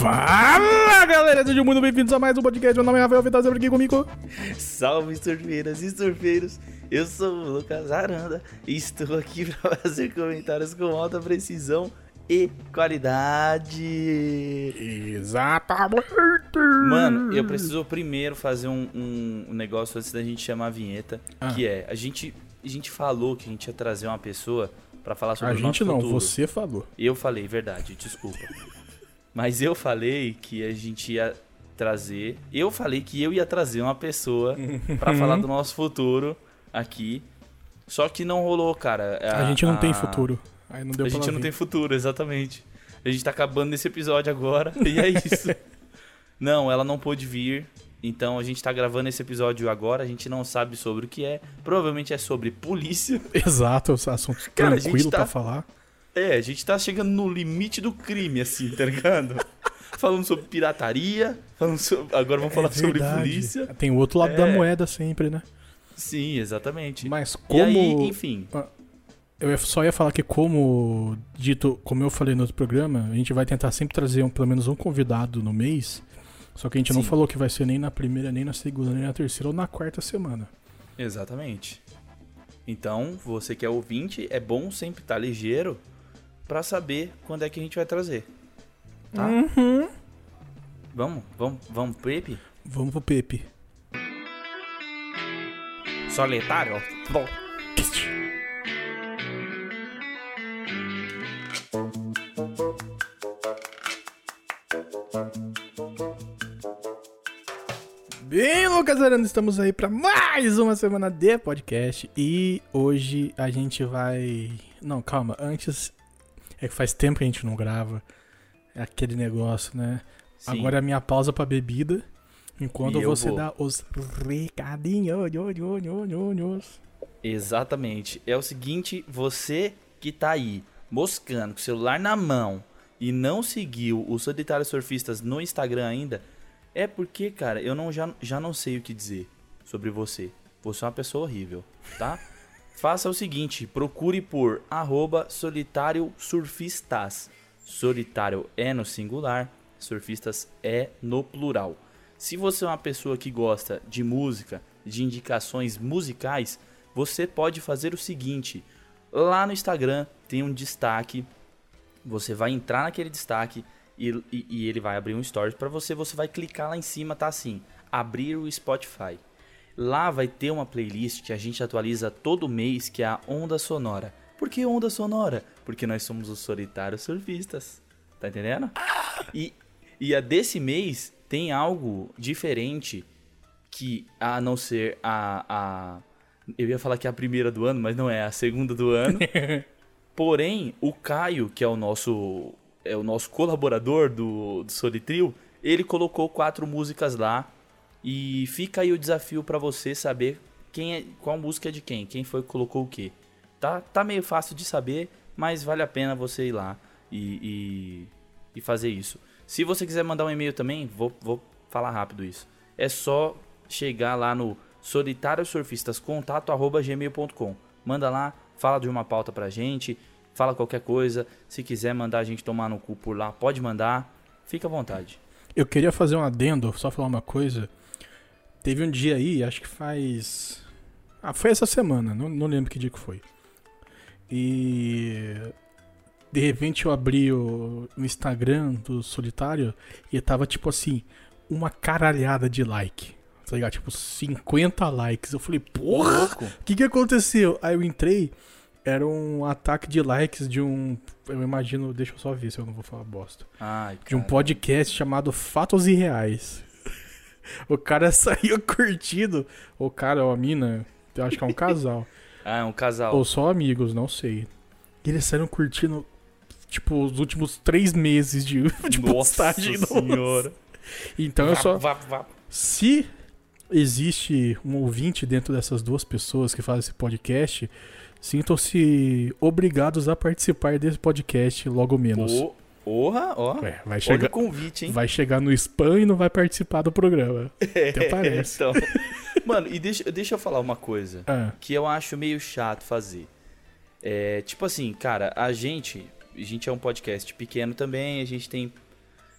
Fala, galera, sejam muito bem-vindos a mais um podcast. Meu nome é Rafael Vital, sempre aqui comigo. Salve, surfeiras e surfeiros. Eu sou o Lucas Aranda e estou aqui para fazer comentários com alta precisão e qualidade. Exatamente. Mano, eu preciso primeiro fazer um negócio antes da gente chamar a vinheta, que é, a gente falou que a gente ia trazer uma pessoa pra falar sobre o nosso futuro. A gente não, você falou. Eu falei, verdade, desculpa. Mas eu falei que a gente ia trazer... Eu falei que eu ia trazer uma pessoa pra falar do nosso futuro aqui. Só que não rolou, cara. A gente não tem futuro. Aí não deu a gente não tem futuro, exatamente. A gente tá acabando nesse episódio agora e é isso. Não, ela não pôde vir. Então a gente tá gravando esse episódio agora. A gente não sabe sobre o que é. Provavelmente é sobre polícia. Exato, assunto tranquilo pra falar. É, a gente tá chegando no limite do crime, assim, tá ligado? Falando sobre pirataria, agora vamos falar sobre polícia. Tem o outro lado da moeda sempre, né? Sim, exatamente. Mas como... E aí, enfim... Eu só ia falar que como eu falei no outro programa, a gente vai tentar sempre trazer pelo menos um convidado no mês. Só que a gente não falou que vai ser nem na primeira, nem na segunda, nem na terceira ou na quarta semana. Exatamente. Então, você que é ouvinte, é bom sempre estar ligeiro pra saber quando é que a gente vai trazer. Tá? Uhum. Vamos pro Pepe? Vamos pro Pepe. Solitário? Bom. Bem, Lucas Aranda, estamos aí para mais uma semana de podcast e hoje a gente vai... Não, calma, antes... É que faz tempo que a gente não grava, é aquele negócio, né? Sim. Agora é a minha pausa pra bebida, enquanto você dá os recadinhos. Exatamente, é o seguinte, você que tá aí moscando com o celular na mão e não seguiu o Solitário Surfistas no Instagram ainda... É porque, cara, eu já não sei o que dizer sobre você. Você é uma pessoa horrível, tá? Faça o seguinte, procure por @solitariosurfistas. Solitário é no singular, surfistas é no plural. Se você é uma pessoa que gosta de música, de indicações musicais, você pode fazer o seguinte. Lá no Instagram tem um destaque, você vai entrar naquele destaque... E ele vai abrir um stories pra você. Você vai clicar lá em cima, tá assim, abrir o Spotify. Lá vai ter uma playlist que a gente atualiza todo mês, que é a Onda Sonora. Por que Onda Sonora? Porque nós somos os Solitários Surfistas. Tá entendendo? E a desse mês tem algo diferente que, a não ser eu ia falar que é a primeira do ano, mas não é, a segunda do ano. Porém, o Caio, que é o nosso colaborador do Solitril, ele colocou 4 músicas lá e fica aí o desafio pra você saber qual música é de quem foi que colocou o quê. Tá meio fácil de saber, mas vale a pena você ir lá e fazer isso. Se você quiser mandar um e-mail também, vou falar rápido isso. É só chegar lá no solitariosurfistascontato@gmail.com. Manda lá, fala de uma pauta pra gente, fala qualquer coisa. Se quiser mandar a gente tomar no cu por lá, pode mandar. Fica à vontade. Eu queria fazer um adendo, só falar uma coisa. Teve um dia aí, acho que faz... foi essa semana, não lembro que dia que foi. E... De repente eu abri o Instagram do Solitário e tava tipo assim, uma caralhada de like. Tá ligado? Tipo 50 likes. Eu falei, porra, o que aconteceu? Aí eu entrei... Era um ataque de likes de um... Eu imagino... Deixa eu só ver se eu não vou falar bosta. De um podcast chamado Fatos Irreais. O cara saiu curtindo. O cara ou a mina... Eu acho que é um casal. É um casal. Ou só amigos, não sei. E eles saíram curtindo... Tipo, os últimos 3 meses de postagem. Nossa senhora. Então eu só... Se existe um ouvinte dentro dessas 2 pessoas que fazem esse podcast... Sintam-se obrigados a participar desse podcast logo menos. Vai chegar, olha o convite, hein? Vai chegar no spam e não vai participar do programa. Até parece. Então. Mano, e deixa eu falar uma coisa que eu acho meio chato fazer. Tipo assim, cara, a gente é um podcast pequeno também, a gente tem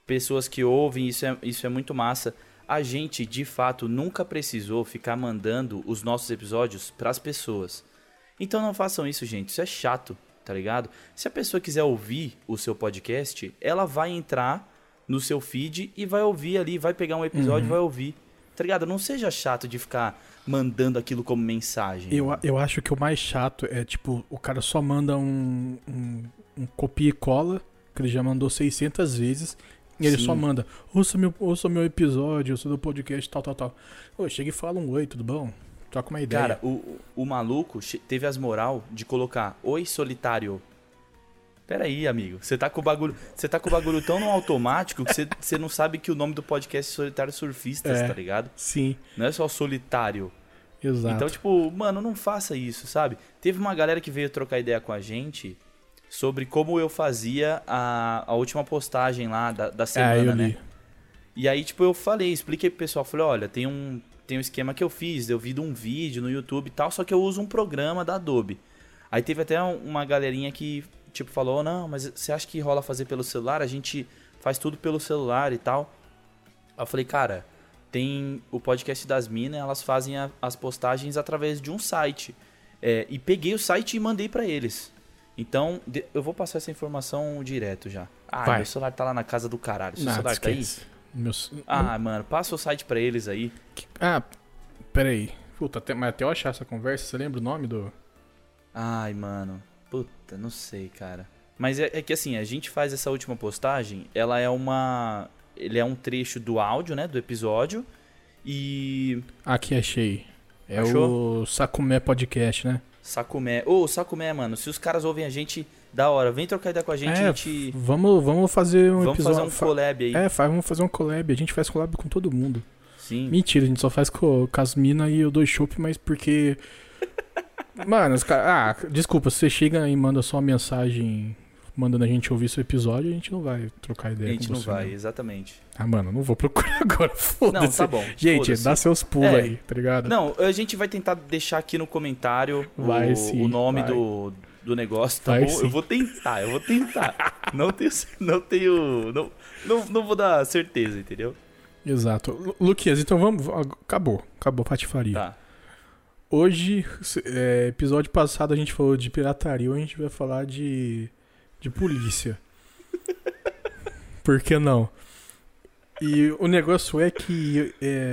pessoas que ouvem, isso é muito massa. A gente, de fato, nunca precisou ficar mandando os nossos episódios pras pessoas. Então não façam isso, gente. Isso é chato, tá ligado? Se a pessoa quiser ouvir o seu podcast, ela vai entrar no seu feed e vai ouvir ali, vai pegar um episódio e vai ouvir. Tá ligado? Não seja chato de ficar mandando aquilo como mensagem. Eu acho que o mais chato é, tipo, o cara só manda um copia e cola, que ele já mandou 600 vezes, e ele só manda, ouça meu episódio, ouça do podcast, tal. Ô, chega e fala um oi, tudo bom? Troca uma ideia. Cara, o maluco teve as moral de colocar oi solitário. Pera aí, amigo. Você tá com o bagulho tão no automático que você não sabe que o nome do podcast é Solitário Surfistas, tá ligado? Sim. Não é só solitário. Exato. Então, tipo, mano, não faça isso, sabe? Teve uma galera que veio trocar ideia com a gente sobre como eu fazia a última postagem lá da semana, né? E aí, tipo, eu expliquei pro pessoal, falei, olha, tem um esquema que eu fiz, eu vi de um vídeo no YouTube e tal, só que eu uso um programa da Adobe. Aí teve até uma galerinha que, tipo, falou, não, mas você acha que rola fazer pelo celular? A gente faz tudo pelo celular e tal. Aí eu falei, cara, tem o podcast das minas, elas fazem as postagens através de um site. E peguei o site e mandei pra eles. Então, eu vou passar essa informação direto já. Meu celular tá lá na casa do caralho. Seu celular tá aí? Mano, passa o site pra eles aí. Pera aí. Puta, mas até eu achar essa conversa, você lembra o nome do... Ai, mano. Puta, não sei, cara. Mas é que assim, a gente faz essa última postagem, ele é um trecho do áudio, né, do episódio, e... Aqui, achei. Achou? O Sacumé Podcast, né? Sacumé. Sacumé, mano, se os caras ouvem a gente, da hora, vem trocar ideia com a gente, a gente... Vamos fazer um episódio... Vamos fazer um collab aí. Vamos fazer um collab, a gente faz collab com todo mundo. Sim. Mentira, a gente só faz com as minas e eu dou chopp, mas porque... Mano, os caras... desculpa, se você chega e manda só uma mensagem mandando a gente ouvir seu episódio, a gente não vai trocar ideia com você. A gente não vai, exatamente. Mano, não vou procurar agora, foda-se. Não, tá bom. Gente, dá seus pulos aí, tá ligado? Não, a gente vai tentar deixar aqui no comentário o nome do negócio, tá bom? Sim. Eu vou tentar. Não vou dar certeza, entendeu? Exato. Luquinhas, então vamos... Acabou a patifaria. Tá. Hoje, episódio passado a gente falou de pirataria, hoje a gente vai falar de polícia. Por que não? E o negócio é que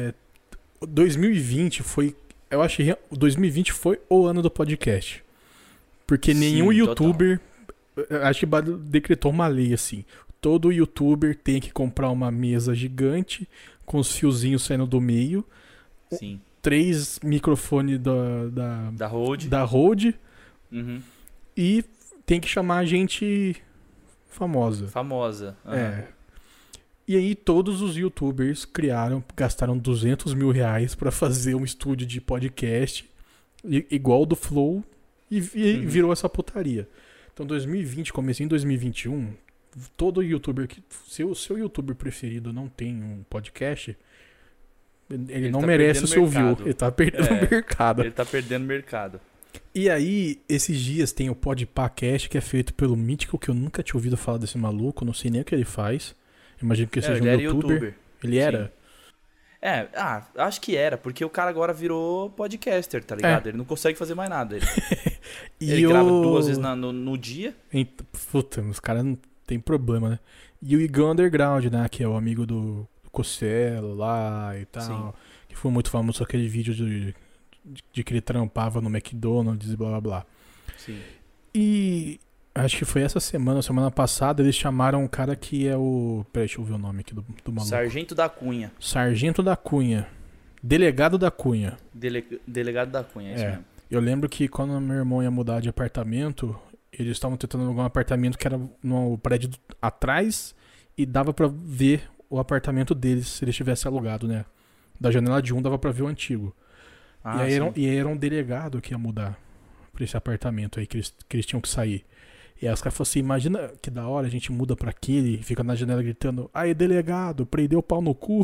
2020 foi... Eu acho que 2020 foi o ano do podcast. Porque nenhum youtuber... Acho que decretou uma lei assim. Todo youtuber tem que comprar uma mesa gigante com os fiozinhos saindo do meio. Sim. 3 microfones da Rode. Uhum. E tem que chamar gente famosa. Uhum. E aí todos os youtubers gastaram R$200 mil pra fazer um estúdio de podcast igual o do Flow e virou essa putaria. Então 2020, comecinho em 2021, todo youtuber se o seu youtuber preferido não tem um podcast... Ele não merece o seu view. Ele tá perdendo mercado. Ele tá perdendo mercado. E aí, esses dias tem o Podpah Cast, que é feito pelo Mítico, que eu nunca tinha ouvido falar desse maluco, não sei nem o que ele faz. Imagino que seja um youtuber. Ele era? Acho que era, porque o cara agora virou podcaster, tá ligado? Ele não consegue fazer mais nada. Ele grava 2 vezes no dia. Puta, os caras não tem problema, né? E o Igão Underground, né? Que é o amigo do Costello lá e tal. Sim. Que foi muito famoso aquele vídeo de que ele trampava no McDonald's e blá blá blá. Sim. E acho que foi essa semana passada, eles chamaram um cara que é o... Peraí, deixa eu ver o nome aqui do maluco. Sargento da Cunha. Sargento da Cunha. Delegado da Cunha. Delegado da Cunha, é isso mesmo. Eu lembro que quando meu irmão ia mudar de apartamento, eles estavam tentando alugar um apartamento que era no prédio atrás e dava pra ver o apartamento deles, se eles tivessem alugado, né? Da janela de um dava pra ver o antigo. E aí era um delegado que ia mudar pra esse apartamento aí, que eles tinham que sair. E aí os caras falaram assim, imagina que da hora a gente muda pra aquele e fica na janela gritando, aí delegado, prendeu o pau no cu.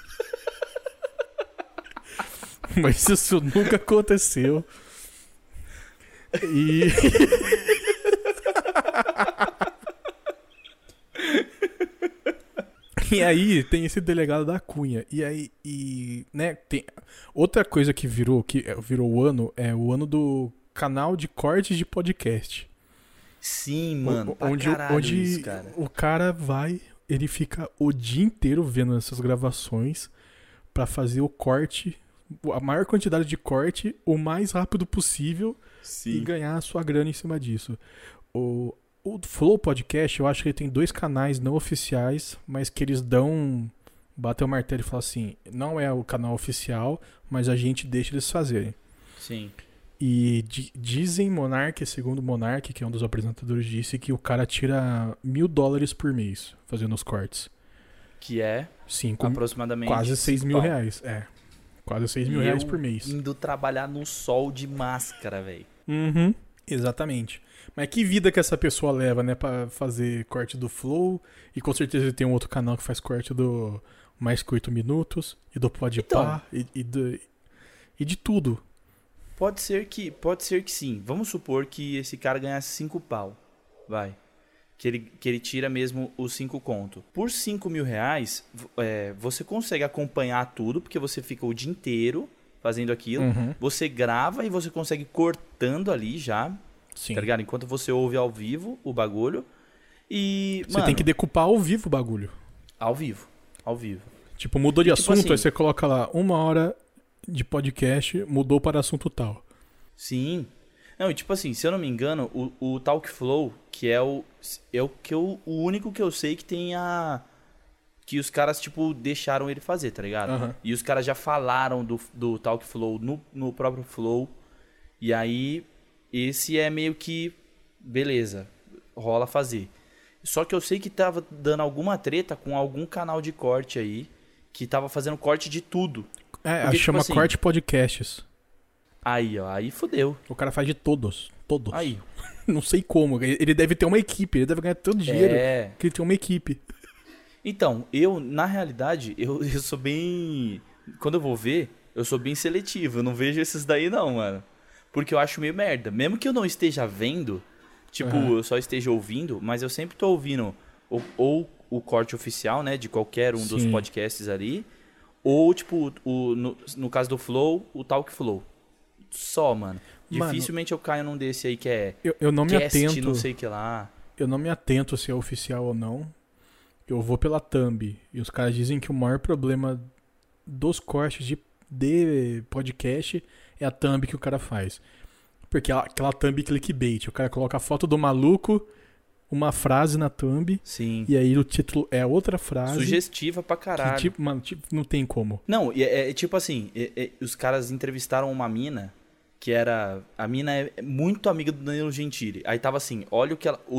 Mas isso nunca aconteceu. E... E aí tem esse delegado da Cunha. E aí, né, tem outra coisa que virou o ano, é o ano do canal de cortes de podcast. Sim, mano. Onde isso, cara. o cara vai, ele fica o dia inteiro vendo essas gravações pra fazer o corte, a maior quantidade de corte, o mais rápido possível e ganhar a sua grana em cima disso. O Flow Podcast, eu acho que ele tem 2 canais não oficiais, mas que eles batem o martelo e falam assim, não é o canal oficial, mas a gente deixa eles fazerem. Sim. E dizem Monark, segundo Monark, que é um dos apresentadores, disse que o cara tira $1.000 por mês fazendo os cortes. Que é aproximadamente quase 6 mil reais. Quase 6 mil reais por mês. Indo trabalhar no sol de máscara, velho. Uhum, exatamente. Mas que vida que essa pessoa leva, né, pra fazer corte do Flow. E com certeza ele tem um outro canal que faz corte do Mais que 8 Minutos e do Podpah e de tudo. Pode ser que sim. Vamos supor que esse cara ganhasse 5 pau. Vai. Que ele tira mesmo os 5 conto. Por 5 mil reais, você consegue acompanhar tudo, porque você fica o dia inteiro fazendo aquilo. Uhum. Você grava e você consegue cortando ali já. Sim. Tá ligado? Enquanto você ouve ao vivo o bagulho. E, você tem que decupar ao vivo o bagulho. Ao vivo. Tipo, mudou de assunto, assim, aí você coloca lá 1 hora de podcast, mudou para assunto tal. Sim. Não, e tipo assim, se eu não me engano, o Talk Flow, que é o único que eu sei que tem que os caras, tipo, deixaram ele fazer, tá ligado? Uhum. E os caras já falaram do Talk Flow no próprio Flow. E aí, esse é meio que, beleza, rola fazer. Só que eu sei que tava dando alguma treta com algum canal de corte aí, que tava fazendo corte de tudo. Porque, chama tipo assim, Corte Podcasts. Aí, ó, aí fodeu. O cara faz de todos. Aí. Não sei como. Ele deve ter uma equipe, ele deve ganhar tanto dinheiro que ele tem uma equipe. Então, na realidade, eu sou bem... Quando eu vou ver, eu sou bem seletivo. Eu não vejo esses daí não, mano. Porque eu acho meio merda. Mesmo que eu não esteja vendo, tipo, eu só esteja ouvindo, mas eu sempre tô ouvindo ou o corte oficial, né, de qualquer um dos podcasts ali, ou, tipo, no caso do Flow, o Talk Flow. Só, mano. Dificilmente eu caio num desse aí que é eu não me cast, atento, não sei o que lá. Eu não me atento se é oficial ou não. Eu vou pela thumb. E os caras dizem que o maior problema dos cortes de podcast é a thumb que o cara faz. Porque aquela thumb clickbait. O cara coloca a foto do maluco, uma frase na thumb. Sim. E aí o título é outra frase. Sugestiva pra caralho. Que, mano, não tem como. Não, é tipo assim, os caras entrevistaram uma mina que era... A mina é muito amiga do Danilo Gentili. Aí tava assim, olha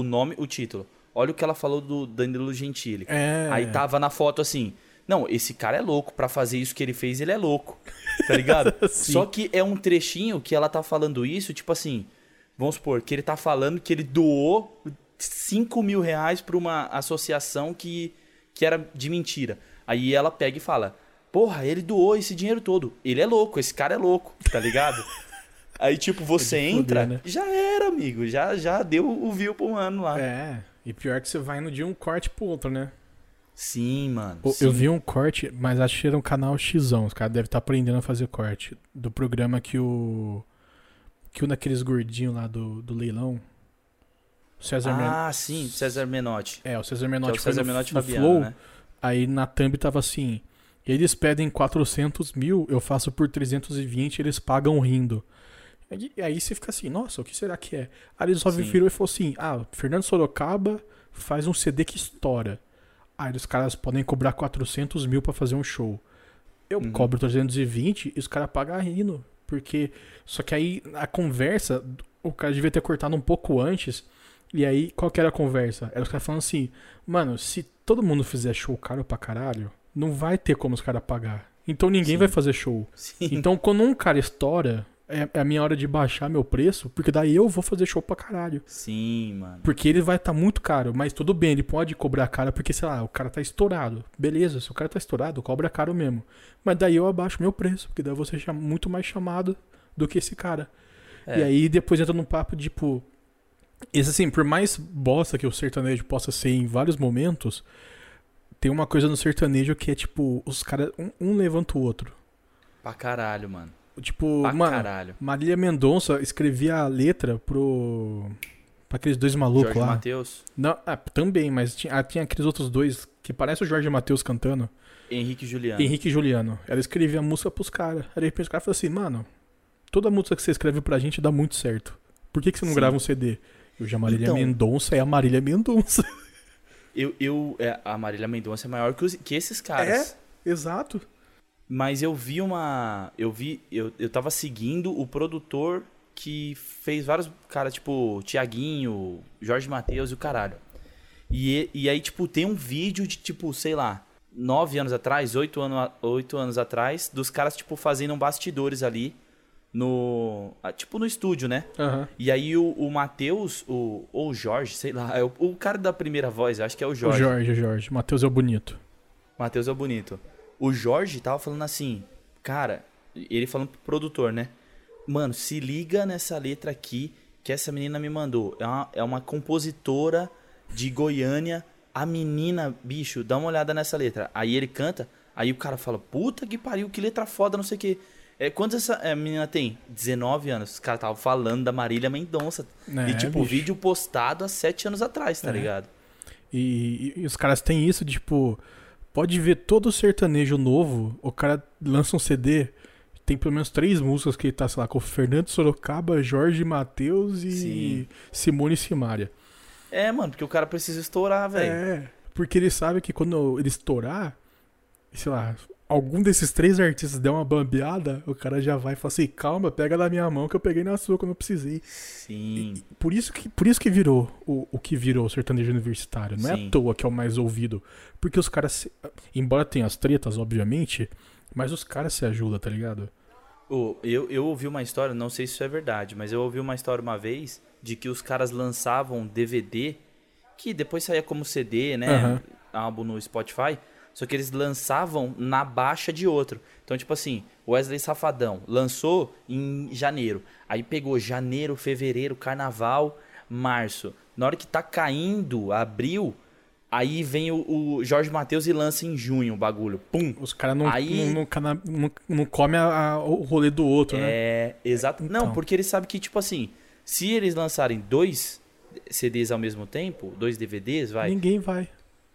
o título. Olha o que ela falou do Danilo Gentili. Aí tava na foto assim, não, esse cara é louco, pra fazer isso que ele fez, ele é louco. Tá ligado? Só que é um trechinho que ela tá falando isso, tipo assim, vamos supor, que ele tá falando que ele doou 5 mil reais pra uma associação que era de mentira. Aí ela pega e fala, porra, ele doou esse dinheiro todo. Ele é louco, esse cara é louco, tá ligado? Aí, tipo, você entra, foder, né? Já era, amigo. Já deu o view pro mano lá. E pior que você vai no de um corte pro outro, né? Sim, mano. Eu vi um corte, mas acho que era um canal Xão. Os caras devem estar aprendendo a fazer corte. Do programa que um daqueles gordinhos lá do leilão. Sim, César Menotti. O César Menotti foi no Fabiano, Flow. Né? Aí na thumb tava assim, eles pedem 400 mil, eu faço por 320, eles pagam rindo. E aí você fica assim, nossa, o que será que é? Aí eles só viram e falou assim, Fernando Sorocaba faz um CD que estoura. Aí os caras podem cobrar 400 mil pra fazer um show. Eu cobro 320 e os caras pagam rindo. Porque, só que aí a conversa, o cara devia ter cortado um pouco antes. E aí, qual que era a conversa? Era os caras falando assim, mano, se todo mundo fizer show caro pra caralho, não vai ter como os caras pagar. Então ninguém vai fazer show. Sim. Então quando um cara estoura, é a minha hora de baixar meu preço, porque daí eu vou fazer show pra caralho. Sim, mano. Porque ele vai estar muito caro, mas tudo bem, ele pode cobrar caro, porque, sei lá, o cara tá estourado. Beleza, se o cara tá estourado, cobra caro mesmo. Mas daí eu abaixo meu preço, porque daí eu vou ser muito mais chamado do que esse cara. E aí depois entra num papo, tipo... Esse assim, por mais bosta que o sertanejo possa ser em vários momentos, Tem uma coisa no sertanejo que é tipo, os caras, um levanta o outro. Pra caralho, mano. Tipo, Pra mano, caralho. Marília Mendonça escrevia a letra pra aqueles dois malucos Jorge lá. Mateus, Não, também, mas tinha aqueles outros dois que parece o Jorge Mateus cantando. Henrique e Juliano. Henrique e Juliano. Ela escrevia a música pros caras. Aí de repente os caras falaram assim, mano, toda música que você escreve pra gente dá muito certo. Por que você não Sim. grava um CD? Eu já Marília Então- Mendonça é a Marília Mendonça. A Marília Mendonça é maior que esses caras. Exato. Mas eu vi uma. Eu tava seguindo o produtor que fez vários caras, tipo, Tiaguinho, Jorge Mateus e o caralho. E aí, tipo, tem um vídeo de, tipo, sei lá, 9 anos atrás, 8 anos atrás, dos caras, tipo, fazendo bastidores ali tipo, no estúdio, né? Aham. E aí o Mateus, ou o Jorge, sei lá, é o cara da primeira voz, acho que é o Jorge. O Jorge. Matheus é o bonito. Mateus é o bonito. O Jorge tava falando assim, cara, ele falando pro produtor, né? Mano, se liga nessa letra aqui que essa menina me mandou. É uma compositora de Goiânia. A menina, bicho, dá uma olhada nessa letra. Aí ele canta, aí o cara fala, puta que pariu, que letra foda, não sei o quê. Quantos essa menina tem? 19 anos. Os caras estavam falando da Marília Mendonça. É, e tipo, bicho. vídeo postado há 7 anos atrás, tá ligado? E os caras têm isso de, tipo, pode ver todo sertanejo novo, o cara lança um CD, tem pelo menos 3 músicas que ele tá, sei lá, com o Fernando Sorocaba, Jorge Mateus e Sim. Simone Simaria. Mano, porque o cara precisa estourar, velho. Porque ele sabe que quando ele estourar, sei lá, algum desses 3 artistas der uma bambeada, o cara já vai e fala assim, calma, pega na minha mão que eu peguei na sua quando eu precisei. Sim. Por isso que virou o que virou o sertanejo universitário. Não é Sim. à toa que é o mais ouvido. Porque os caras, embora tenha as tretas, obviamente, mas os caras se ajudam, tá ligado? Eu ouvi uma história, não sei se isso é verdade, mas eu ouvi uma história uma vez de que os caras lançavam DVD, que depois saía como CD, né? Aham. Álbum no Spotify, só que eles lançavam na baixa de outro. Então, tipo assim, Wesley Safadão lançou em janeiro. Aí pegou janeiro, fevereiro, carnaval, março. Na hora que tá caindo, abril, aí vem o Jorge Mateus e lança em junho o bagulho. Pum! Os caras não, Aí- não comem o rolê do outro, né? Exato. Então. Não, porque eles sabem que, tipo assim, se eles lançarem 2 CDs ao mesmo tempo, 2 DVDs, vai. Ninguém vai.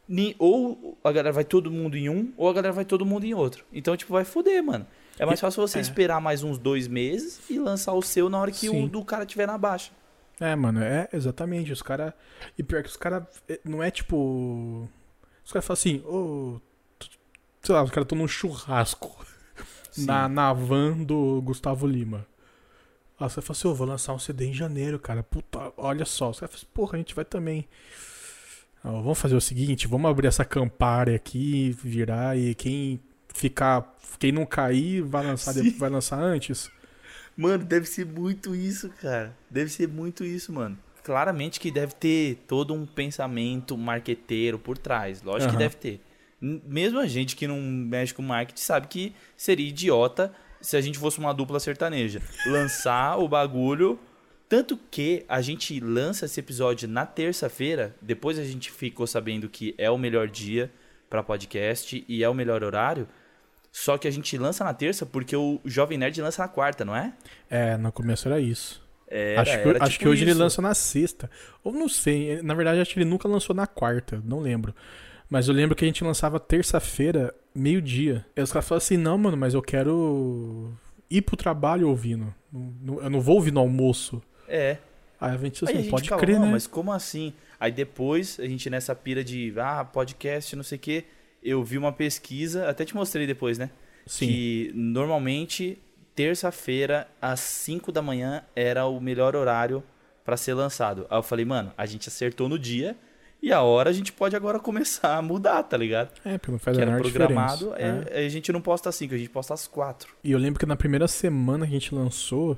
Ou a galera vai todo mundo em um, ou a galera vai todo mundo em outro. Então, tipo, vai foder, mano. É mais fácil você esperar mais uns 2 meses e lançar o seu na hora que Sim. o do cara tiver na baixa. Mano, exatamente. Os caras. E pior que os caras. Não é tipo. Os caras falam assim, sei lá, os caras estão num churrasco Sim. na van do Gustavo Lima. Aí você fala assim, vou lançar um CD em janeiro, cara. Puta, olha só. Os caras falam assim, porra, a gente vai também. Vamos fazer o seguinte, vamos abrir essa Campari aqui, virar e quem não cair vai lançar, Sim. vai lançar antes. Mano, deve ser muito isso, cara. Deve ser muito isso, mano. Claramente que deve ter todo um pensamento marqueteiro por trás. Lógico que Aham. deve ter. Mesmo a gente que não mexe com marketing sabe que seria idiota se a gente fosse uma dupla sertaneja. Lançar o bagulho. Tanto que a gente lança esse episódio na terça-feira. Depois a gente ficou sabendo que é o melhor dia pra podcast e é o melhor horário. Só que a gente lança na terça porque o Jovem Nerd lança na quarta, não é? No começo era isso. Era Acho tipo que hoje ele isso. lança na sexta. Ou não sei. Na verdade, acho que ele nunca lançou na quarta. Não lembro. Mas eu lembro que a gente lançava terça-feira, meio-dia. E os caras falavam assim, não, mano, mas eu quero ir pro trabalho ouvindo. Eu não vou ouvir no almoço. É. Aí a gente Aí assim, a gente pode fala, crer, não, né? mas como assim? Aí depois, a gente nessa pira de, podcast, não sei o quê, eu vi uma pesquisa, até te mostrei depois, né? Sim. Que normalmente, terça-feira, às 5 da manhã, era o melhor horário pra ser lançado. Aí eu falei, mano, a gente acertou no dia e a hora a gente pode agora começar a mudar, tá ligado? Porque não faz Que a era menor programado, diferença. a gente não posta às 5, a gente posta às 4. E eu lembro que na primeira semana que a gente lançou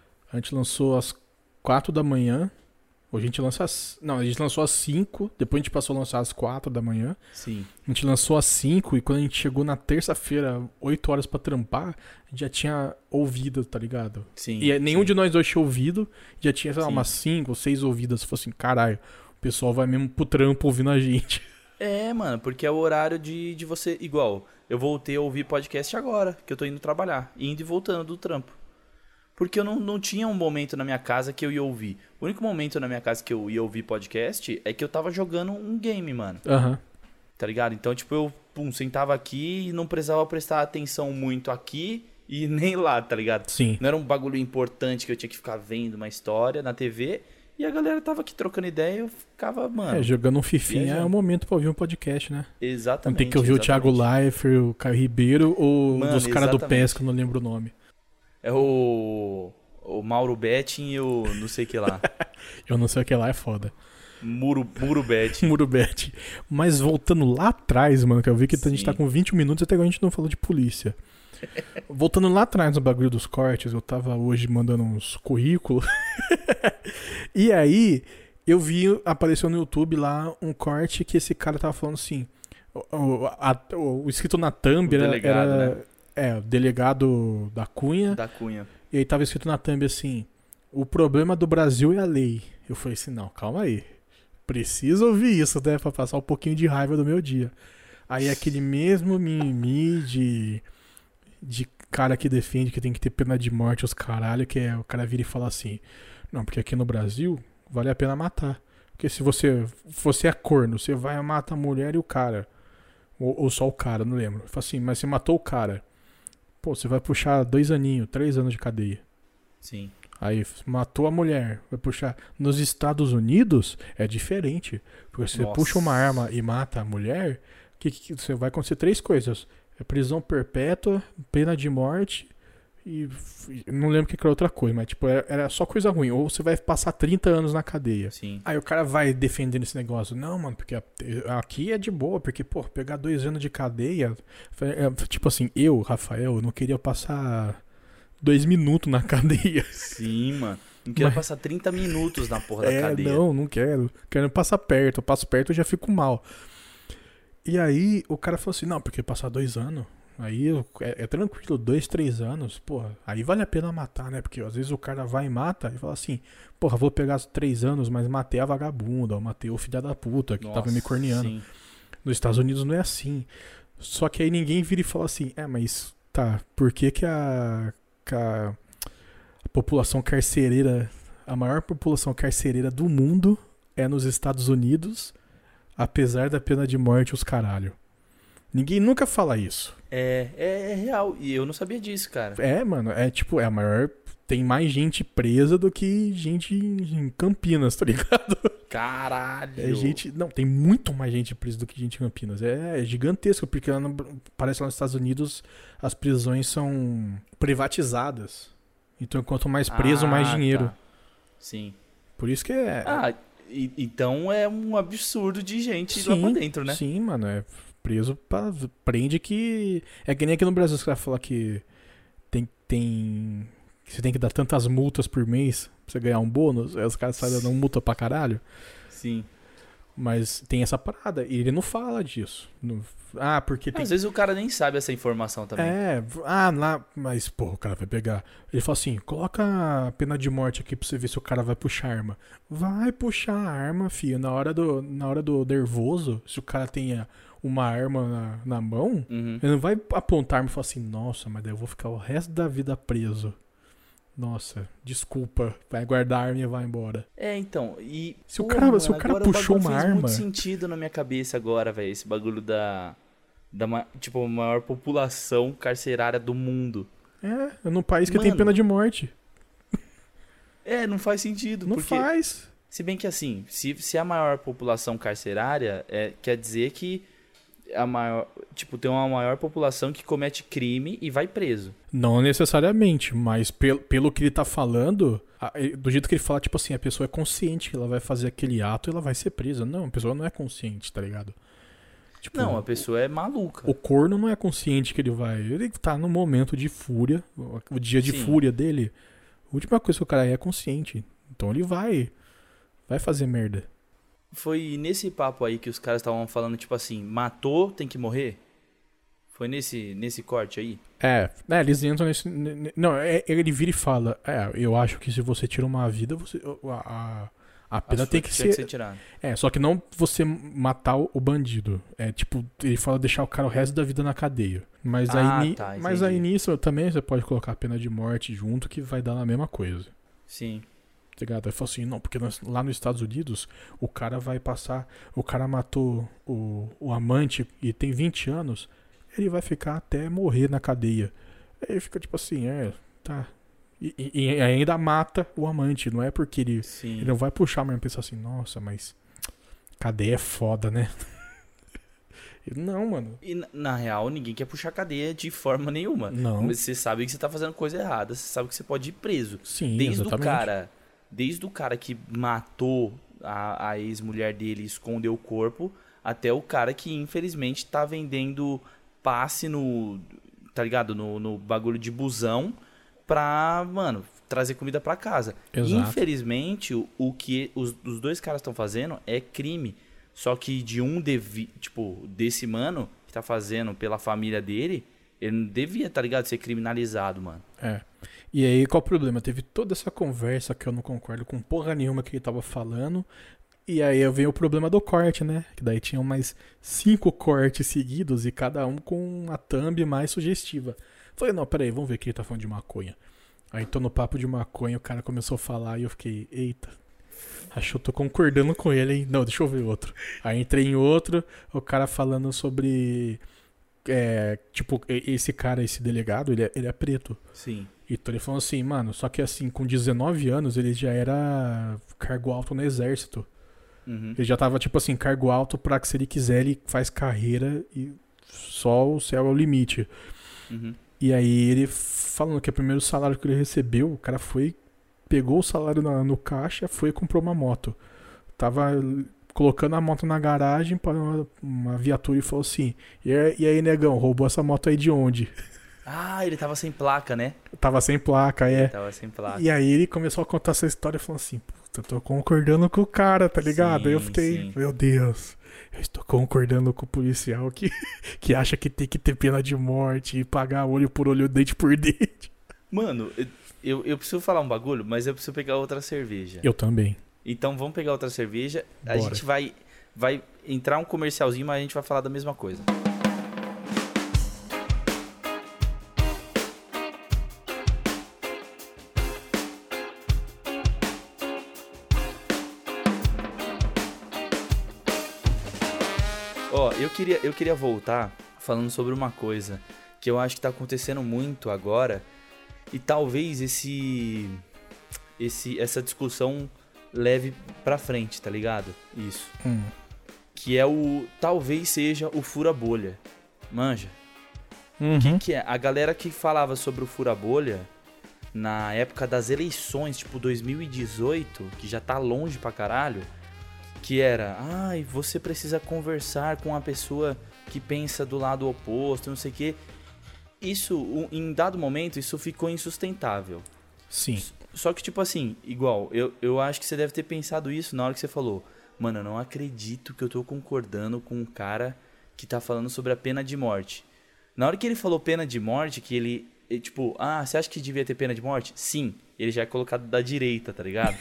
às 4 da manhã. Hoje a gente lança Não, a gente lançou às 5, depois a gente passou a lançar às 4 da manhã. Sim. A gente lançou às 5 e quando a gente chegou na terça-feira, 8 horas pra trampar, a gente já tinha ouvido, tá ligado? Sim. E nenhum sim. de nós dois tinha ouvido, já tinha, sei lá, Sim. umas 5 ou 6 ouvidas. Falei assim, caralho, o pessoal vai mesmo pro trampo ouvindo a gente. É, mano, porque é o horário de você. Igual, eu voltei a ouvir podcast agora, que eu tô indo trabalhar, indo e voltando do trampo. Porque eu não tinha um momento na minha casa que eu ia ouvir. O único momento na minha casa que eu ia ouvir podcast é que eu tava jogando um game, mano. Aham. Tá ligado? Então, tipo, eu sentava aqui e não precisava prestar atenção muito aqui e nem lá, tá ligado? Sim. Não era um bagulho importante que eu tinha que ficar vendo uma história na TV. E a galera tava aqui trocando ideia e eu ficava, mano. Jogando um fifinha viajando. é o momento pra ouvir um podcast, né? Exatamente. Não tem que ouvir o Thiago Leifert, o Caio Ribeiro ou Mano, dos caras do exatamente. Pesca, não lembro o nome. É o Mauro Betting e o não sei o que lá. Eu não sei o que lá, é foda. Muro Betting. Murubete. Mas voltando lá atrás, mano, que eu vi que a gente Sim. tá com 21 minutos e até agora a gente não falou de polícia. Voltando lá atrás no bagulho dos cortes, eu tava hoje mandando uns currículos. E aí, apareceu no YouTube lá um corte que esse cara tava falando assim. O escrito na thumb O delegado, né? o delegado da Cunha. Da Cunha. E aí tava escrito na thumb assim: o problema do Brasil é a lei. Eu falei assim: não, calma aí. Preciso ouvir isso, né? Pra passar um pouquinho de raiva do meu dia. Aí aquele mesmo mimimi de cara que defende que tem que ter pena de morte, os caralho, que é o cara vira e fala assim: não, porque aqui no Brasil vale a pena matar. Porque se você é corno, você vai matar a mulher e o cara. Ou só o cara, não lembro. Fala assim, mas você matou o cara. Pô, você vai puxar 2 aninhos, 3 anos de cadeia. Sim. Aí matou a mulher, vai puxar. Nos Estados Unidos é diferente. Porque se você Nossa. puxa uma arma e mata a mulher, que você vai acontecer 3 coisas: é prisão perpétua, pena de morte e não lembro o que era outra coisa, mas tipo, era só coisa ruim. Ou você vai passar 30 anos na cadeia. Sim. Aí o cara vai defendendo esse negócio. Não, mano, porque aqui é de boa, porque, pô, pegar 2 anos de cadeia. Tipo assim, Rafael, não queria passar 2 minutos na cadeia. Sim, mano. Não quero passar 30 minutos na porra da cadeia. Não quero. Quero passar perto. Eu passo perto e já fico mal. E aí o cara falou assim: não, porque passar 2 anos. Aí é tranquilo, 2, 3 anos, porra, aí vale a pena matar, né? Porque às vezes o cara vai e mata e fala assim: porra, vou pegar 3 anos, mas matei a vagabunda, ou matei o filho da puta que tava me corneando. Sim. Nos Estados Unidos não é assim. Só que aí ninguém vira e fala assim: mas tá, por que a população carcereira, a maior população carcereira do mundo é nos Estados Unidos, apesar da pena de morte os caralho? Ninguém nunca fala isso. É real. E eu não sabia disso, cara. Mano, tipo, é a maior. Tem mais gente presa do que gente em Campinas, tá ligado? Caralho. Não, tem muito mais gente presa do que gente em Campinas. É gigantesco, porque parece que lá nos Estados Unidos as prisões são privatizadas. Então, quanto mais preso, mais dinheiro. Tá. Sim. Por isso que então é um absurdo de gente lá pra dentro, né? Sim, mano, prende que... É que nem aqui no Brasil, os caras falam que você tem que dar tantas multas por mês pra você ganhar um bônus. Aí os caras saem dando multa pra caralho. Sim. Mas tem essa parada, e ele não fala disso. Porque tem... Às vezes o cara nem sabe essa informação também. Mas, porra, o cara vai pegar. Ele fala assim: coloca a pena de morte aqui pra você ver se o cara vai puxar a arma. Vai puxar a arma, filho. Na hora do nervoso, se o cara tem uma arma na mão, Uhum. ele não vai apontar a arma e falar assim: nossa, mas daí eu vou ficar o resto da vida preso. Nossa, desculpa, vai guardar a arma e vai embora. Então, e... Se o cara puxou uma arma... fez muito sentido na minha cabeça agora, velho, esse bagulho tipo, a maior população carcerária do mundo. É num país que tem pena de morte. Não faz sentido. Não faz. Se bem que assim, se a maior população carcerária, quer dizer que tem uma maior população que comete crime e vai preso. Não necessariamente, mas pelo que ele tá falando, do jeito que ele fala, tipo assim, a pessoa é consciente que ela vai fazer aquele ato e ela vai ser presa. Não, a pessoa não é consciente, tá ligado? Tipo, não, a pessoa é maluca. O corno não é consciente que ele tá no momento de fúria, o dia de fúria dele. A última coisa que o cara é consciente. Então ele vai fazer merda. Foi nesse papo aí que os caras estavam falando, tipo assim, matou, tem que morrer? Foi nesse corte aí? Eles entram nesse... Não, ele vira e fala, eu acho que se você tira uma vida, a A pena tem que ser... tirada. Só que não você matar o bandido. É tipo, ele fala deixar o cara o resto da vida na cadeia. Mas, mas aí nisso também você pode colocar a pena de morte junto que vai dar na mesma coisa. Sim. Tá ligado? Aí fala assim, não, porque lá nos Estados Unidos o cara vai passar... O cara matou o amante e tem 20 anos, ele vai ficar até morrer na cadeia. Aí fica tipo assim, tá... E ainda mata o amante, não é porque ele não vai puxar, mas pensar assim, nossa, mas cadeia é foda, né? Não, mano. E na real, ninguém quer puxar cadeia de forma nenhuma. Não. Mas você sabe que você tá fazendo coisa errada, você sabe que você pode ir preso. Sim, exatamente. Desde o cara que matou a ex-mulher dele e escondeu o corpo, até o cara que infelizmente tá vendendo passe tá ligado? No bagulho de busão pra, mano, trazer comida pra casa. Exato. Infelizmente, o que os dois caras estão fazendo é crime. Só que desse mano que tá fazendo pela família dele, ele não devia, tá ligado? Ser criminalizado, mano. E aí, qual o problema? Teve toda essa conversa que eu não concordo com porra nenhuma que ele tava falando. E aí veio o problema do corte, né? Que daí tinham mais 5 cortes seguidos e cada um com uma thumb mais sugestiva. Falei, não, peraí, vamos ver que ele tá falando de maconha. Aí tô no papo de maconha, o cara começou a falar e eu fiquei, eita, acho que eu tô concordando com ele, hein? Não, deixa eu ver outro. Aí entrei em outro, o cara falando sobre, esse cara, esse delegado, ele é preto. Sim. Então ele falou assim, mano, só que assim, com 19 anos ele já era cargo alto no exército. Uhum. Ele já tava, tipo assim, cargo alto pra que se ele quiser ele faz carreira e só o céu é o limite. Uhum. E aí ele falando que o primeiro salário que ele recebeu, o cara pegou o salário no caixa, foi e comprou uma moto. Tava colocando a moto na garagem para uma viatura e falou assim, e aí, negão, roubou essa moto aí de onde? Ah, ele tava sem placa, né? Tava sem placa, Ele tava sem placa. E aí ele começou a contar essa história e falou assim, puta, eu tô concordando com o cara, tá ligado? Sim, aí eu fiquei, meu Deus... Eu estou concordando com o policial que acha que tem que ter pena de morte e pagar olho por olho, dente por dente. Mano, eu preciso falar um bagulho, mas eu preciso pegar outra cerveja. Eu também. Então vamos pegar outra cerveja. Bora. A gente vai entrar um comercialzinho, mas a gente vai falar da mesma coisa. Ó, eu queria voltar falando sobre uma coisa que eu acho que tá acontecendo muito agora e talvez essa discussão leve pra frente, tá ligado? Isso. Que é talvez seja o fura-bolha. Manja. Uhum. Que é? A galera que falava sobre o fura-bolha na época das eleições, tipo 2018, que já tá longe pra caralho, que era, você precisa conversar com a pessoa que pensa do lado oposto, não sei o quê. Isso, em dado momento, isso ficou insustentável. Sim. Só que, tipo assim, igual, eu acho que você deve ter pensado isso na hora que você falou, mano, eu não acredito que eu tô concordando com um cara que tá falando sobre a pena de morte. Na hora que ele falou pena de morte, que ele tipo, você acha que devia ter pena de morte? Sim. Ele já é colocado da direita, tá ligado?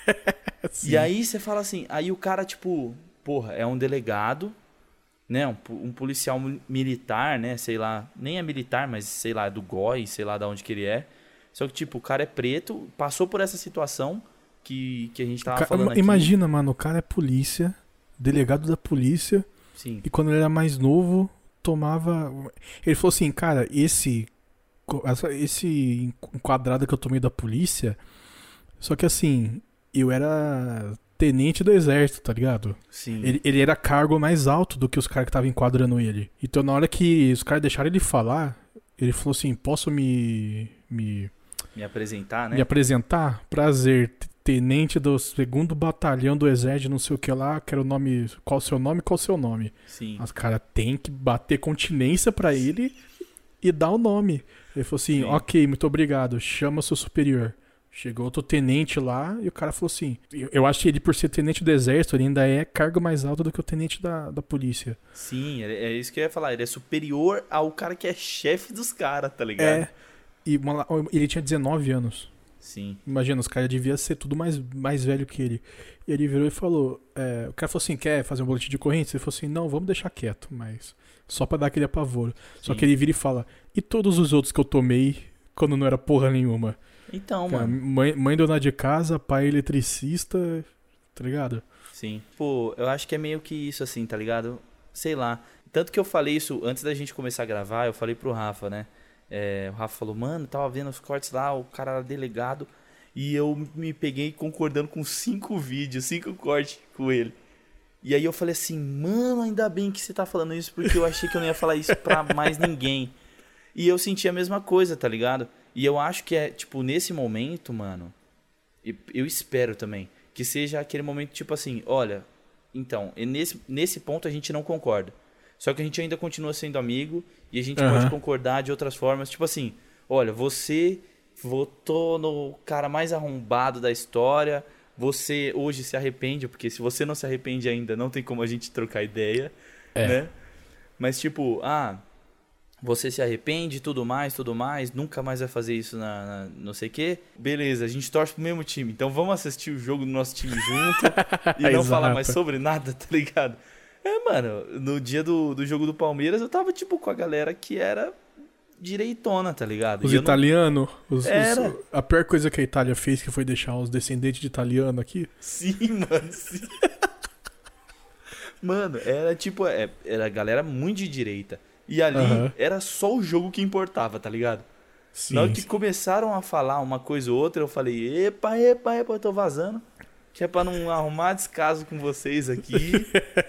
E aí você fala assim, aí o cara, tipo, porra, é um delegado, né? Um policial militar, né? Sei lá, nem é militar, mas sei lá, é do GOI, sei lá de onde que ele é. Só que, tipo, o cara é preto, passou por essa situação que a gente tava falando aqui. Imagina, mano, o cara é polícia, delegado da polícia. Sim. E quando ele era mais novo, tomava... Ele falou assim, cara, esse enquadrado que eu tomei da polícia, só que assim, eu era tenente do exército, tá ligado? Sim. Ele era cargo mais alto do que os caras que estavam enquadrando ele. Então na hora que os caras deixaram ele falar, ele falou assim, posso me apresentar, né? Me apresentar? Prazer, tenente do 2º Batalhão do Exército, não sei o que lá, quero o nome, qual o seu nome, qual o seu nome. Sim. Os caras tem que bater continência pra ele e dar o nome. Ele falou assim, ok, muito obrigado, chama seu superior. Chegou outro tenente lá e o cara falou assim, eu acho que ele, por ser tenente do exército, ele ainda é cargo mais alto do que o tenente da polícia. Sim, é isso que eu ia falar, ele é superior ao cara que é chefe dos caras, tá ligado? E ele tinha 19 anos. Sim. Imagina, os caras deviam ser tudo mais velho que ele. E ele virou e falou, o cara falou assim, quer fazer um boletim de ocorrência? Ele falou assim, não, vamos deixar quieto, mas só pra dar aquele apavoro. Só Sim. que ele vira e fala, e todos os outros que eu tomei quando não era porra nenhuma? Então, Cara, mano. mãe dona de casa, pai eletricista, tá ligado? Sim. Pô, eu acho que é meio que isso assim, tá ligado? Sei lá. Tanto que eu falei isso antes da gente começar a gravar, eu falei pro Rafa, né? O Rafa falou, mano, tava vendo os cortes lá, o cara era delegado. E eu me peguei concordando com 5 vídeos, 5 cortes com ele. E aí eu falei assim, mano, ainda bem que você tá falando isso, porque eu achei que eu não ia falar isso pra mais ninguém. E eu senti a mesma coisa, tá ligado? E eu acho que é, tipo, nesse momento, mano, eu espero também, que seja aquele momento, tipo assim, olha, então, nesse ponto a gente não concorda. Só que a gente ainda continua sendo amigo e a gente pode concordar de outras formas. Tipo assim, olha, você votou no cara mais arrombado da história, você hoje se arrepende, porque se você não se arrepende ainda, não tem como a gente trocar ideia, né? Mas tipo, você se arrepende, tudo mais, nunca mais vai fazer isso na não sei o quê. Beleza, a gente torce pro mesmo time, então vamos assistir o jogo do nosso time junto e não falar mais sobre nada, tá ligado? Mano, no dia do jogo do Palmeiras eu tava tipo com a galera que era direitona, tá ligado? Os italianos, Era. a pior coisa que a Itália fez que foi deixar os descendentes de italiano aqui. Sim, mano, sim. Mano, era tipo, era a galera muito de direita. E ali era só o jogo que importava, tá ligado? Sim, Na hora que começaram a falar uma coisa ou outra, eu falei, epa, eu tô vazando. Que é pra não arrumar descaso com vocês aqui.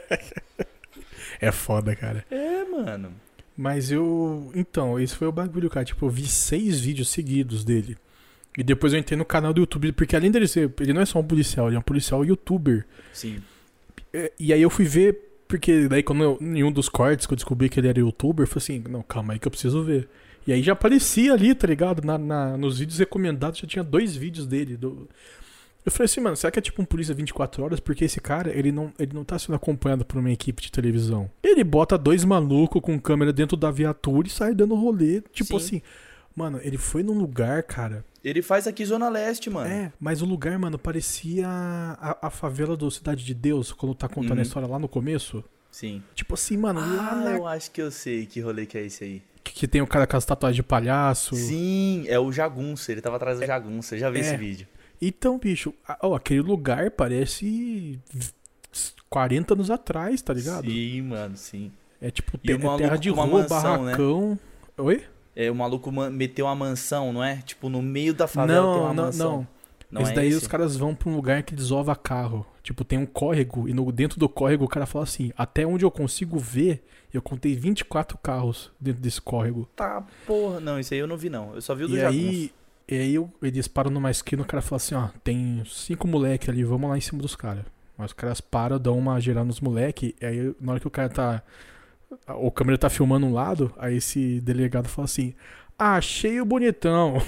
É foda, cara. Mano. Mas então, esse foi o bagulho, cara. Tipo, eu vi 6 vídeos seguidos dele. E depois eu entrei no canal do YouTube, porque além dele ser, ele não é só um policial, ele é um policial youtuber. Sim. E aí eu fui ver, porque daí quando em um dos cortes que eu descobri que ele era youtuber, eu falei assim, não, calma aí que eu preciso ver. E aí já aparecia ali, tá ligado? Nos vídeos recomendados já tinha 2 vídeos dele. Eu falei assim, mano, será que é tipo um polícia 24 horas? Porque esse cara, ele não tá sendo acompanhado por uma equipe de televisão. Ele bota 2 malucos com câmera dentro da viatura e sai dando rolê. Tipo assim, mano, ele foi num lugar, cara... Ele faz aqui Zona Leste, mano. Mas o lugar, mano, parecia a favela do Cidade de Deus, quando tá contando a história lá no começo. Sim. Tipo assim, mano, lá eu acho que eu sei que rolê que é esse aí. Que tem o cara com as tatuagens de palhaço. Sim, é o Jagunço, ele tava atrás do Jagunço, eu já vi esse vídeo. Então, bicho, aquele lugar parece 40 anos atrás, tá ligado? Sim, mano, sim. É tipo terra de rua, mansão, barracão. Né? Oi? O maluco meteu uma mansão, não é? Tipo, no meio da favela tem uma mansão. Não. Esse daí os caras vão pra um lugar que desova carro. Tipo, tem um córrego e dentro do córrego o cara fala assim, até onde eu consigo ver, eu contei 24 carros dentro desse córrego. Tá, porra. Não, isso aí eu não vi não. Eu só vi o do Jagunço. E aí eles param numa esquina e o cara fala assim, ó, tem 5 moleque ali, vamos lá em cima dos caras. Mas os caras param, dão uma geral nos moleque, e aí na hora que o cara tá... O câmera tá filmando um lado, aí esse delegado fala assim, achei o bonitão.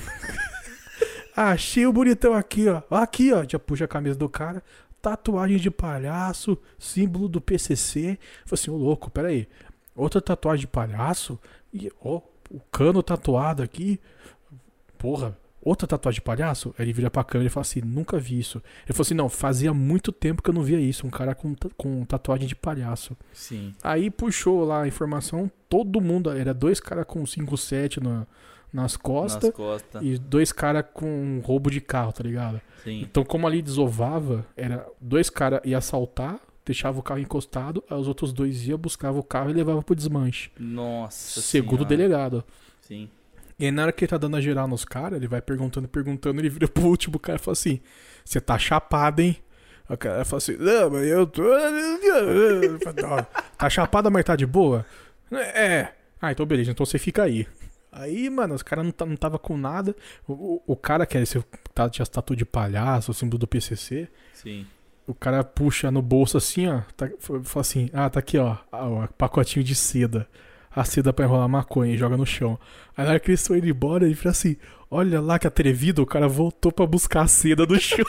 Achei o bonitão aqui, ó. Aqui, ó, já puxa a camisa do cara, tatuagem de palhaço, símbolo do PCC. Falei assim, ô louco, pera aí. Outra tatuagem de palhaço, e ó, o cano tatuado aqui... Porra, outra tatuagem de palhaço? Aí ele vira pra câmera e fala assim, nunca vi isso. Ele falou assim, não, fazia muito tempo que eu não via isso, um cara com tatuagem de palhaço. Sim. Aí puxou lá a informação, todo mundo, era 2 caras com 5.7 nas costas e 2 caras com roubo de carro, tá ligado? Sim. Então como ali desovava, era 2 caras iam assaltar, deixava o carro encostado, aí os outros 2 iam, buscavam o carro e levavam pro desmanche. Nossa Segundo o delegado. Sim. E aí na hora que ele tá dando a geral nos caras, ele vai perguntando, ele vira pro último cara e fala assim, você tá chapado, hein? O cara fala assim, não, mas eu tô... Tá chapado, mas tá de boa? Então beleza, então você fica aí. Aí, mano, os caras não tava com nada. O cara que tinha tatu de palhaço, o símbolo do PCC. Sim. O cara puxa no bolso assim, ó, fala assim, tá aqui, ó, pacotinho de seda. A seda pra enrolar maconha e joga no chão. Aí na hora que eles estão indo embora, ele fala assim, olha lá que atrevido, o cara voltou pra buscar a seda do chão.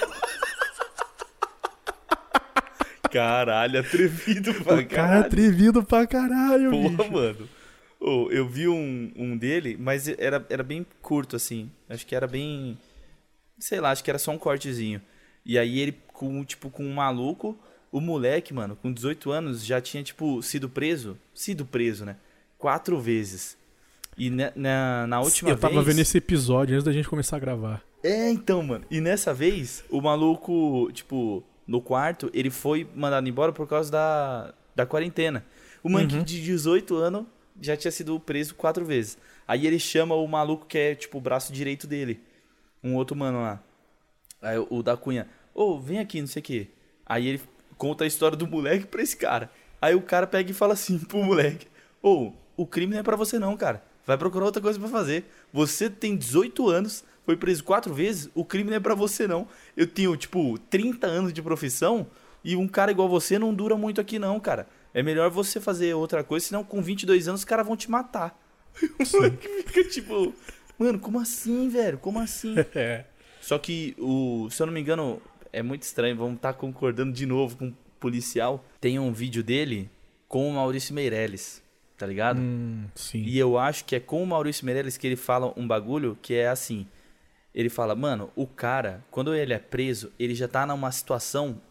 Caralho, atrevido pra caralho. O cara atrevido pra caralho, porra, bicho. Mano. Eu vi um dele, mas era bem curto, assim. Acho que era bem... sei lá, acho que era só um cortezinho. E aí ele, com um maluco, o moleque, mano, com 18 anos, já tinha, tipo, sido preso, né? 4 vezes. E na última vez... Eu tava vendo esse episódio antes da gente começar a gravar. Então, mano. E nessa vez, o maluco, tipo, no quarto, ele foi mandado embora por causa da quarentena. O moleque de 18 anos já tinha sido preso 4 vezes. Aí ele chama o maluco que é, tipo, o braço direito dele. Um outro mano lá. Aí o da Cunha. Vem aqui, não sei o quê. Aí ele conta a história do moleque pra esse cara. Aí o cara pega e fala assim pro moleque. O crime não é pra você não, cara. Vai procurar outra coisa pra fazer. Você tem 18 anos, foi preso 4 vezes, o crime não é pra você não. Eu tenho, tipo, 30 anos de profissão e um cara igual você não dura muito aqui não, cara. É melhor você fazer outra coisa, senão com 22 anos os caras vão te matar. O moleque fica tipo... Mano, como assim, velho? Como assim? Só que, se eu não me engano, é muito estranho. Vamos estar concordando de novo com o policial. Tem um vídeo dele com o Maurício Meirelles, tá ligado? Sim. E eu acho que é com o Maurício Meirelles que ele fala um bagulho que é assim. Ele fala, mano, o cara, quando ele é preso, ele já tá numa situação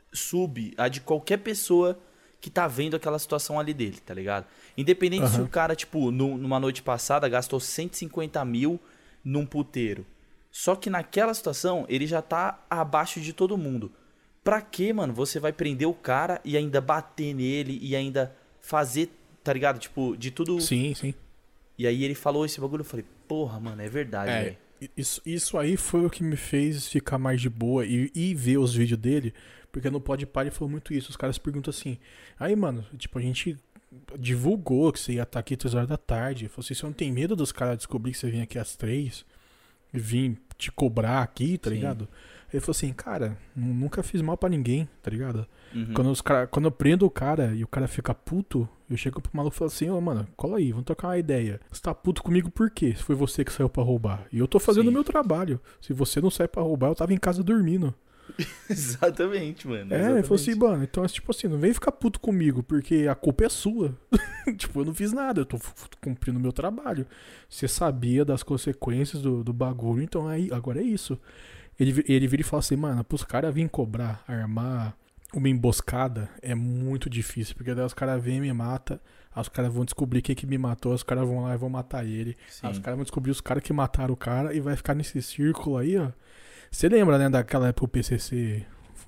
a de qualquer pessoa que tá vendo aquela situação ali dele, tá ligado? Independente se o cara, tipo, numa noite passada gastou 150 mil num puteiro. Só que naquela situação, ele já tá abaixo de todo mundo. Pra que, mano, você vai prender o cara e ainda bater nele e ainda fazer, tá ligado? Tipo, de tudo... Sim. E aí ele falou esse bagulho, eu falei, porra, mano, é verdade, velho. Isso aí foi o que me fez ficar mais de boa e ver os vídeos dele, porque no Podpah ele falou muito isso. Os caras perguntam assim, aí, mano, tipo, a gente divulgou que você ia estar aqui 3 horas da tarde. Ele falou assim, você não tem medo dos caras descobrir que você vem aqui às 3 e vir te cobrar aqui, tá ligado? Ele falou assim, cara, nunca fiz mal pra ninguém, tá ligado? Quando eu prendo o cara e o cara fica puto, eu chego pro maluco e falo assim, mano, cola aí, vamos trocar uma ideia. Você tá puto comigo por quê? Se foi você que saiu pra roubar. E eu tô fazendo o meu trabalho. Se você não sai pra roubar, eu tava em casa dormindo. Exatamente, mano. Ele falou assim, mano, então é tipo assim, não vem ficar puto comigo, porque a culpa é sua. Tipo, eu não fiz nada, eu tô cumprindo o meu trabalho. Você sabia das consequências do bagulho, então aí, agora é isso. Ele vira e fala assim, mano, pros caras virem cobrar, armar uma emboscada é muito difícil, porque daí os caras vêm e me matam, aí os caras vão descobrir quem que me matou, os caras vão lá e vão matar ele, aí os caras vão descobrir os caras que mataram o cara e vai ficar nesse círculo aí, ó. Você lembra, né, daquela época o PCC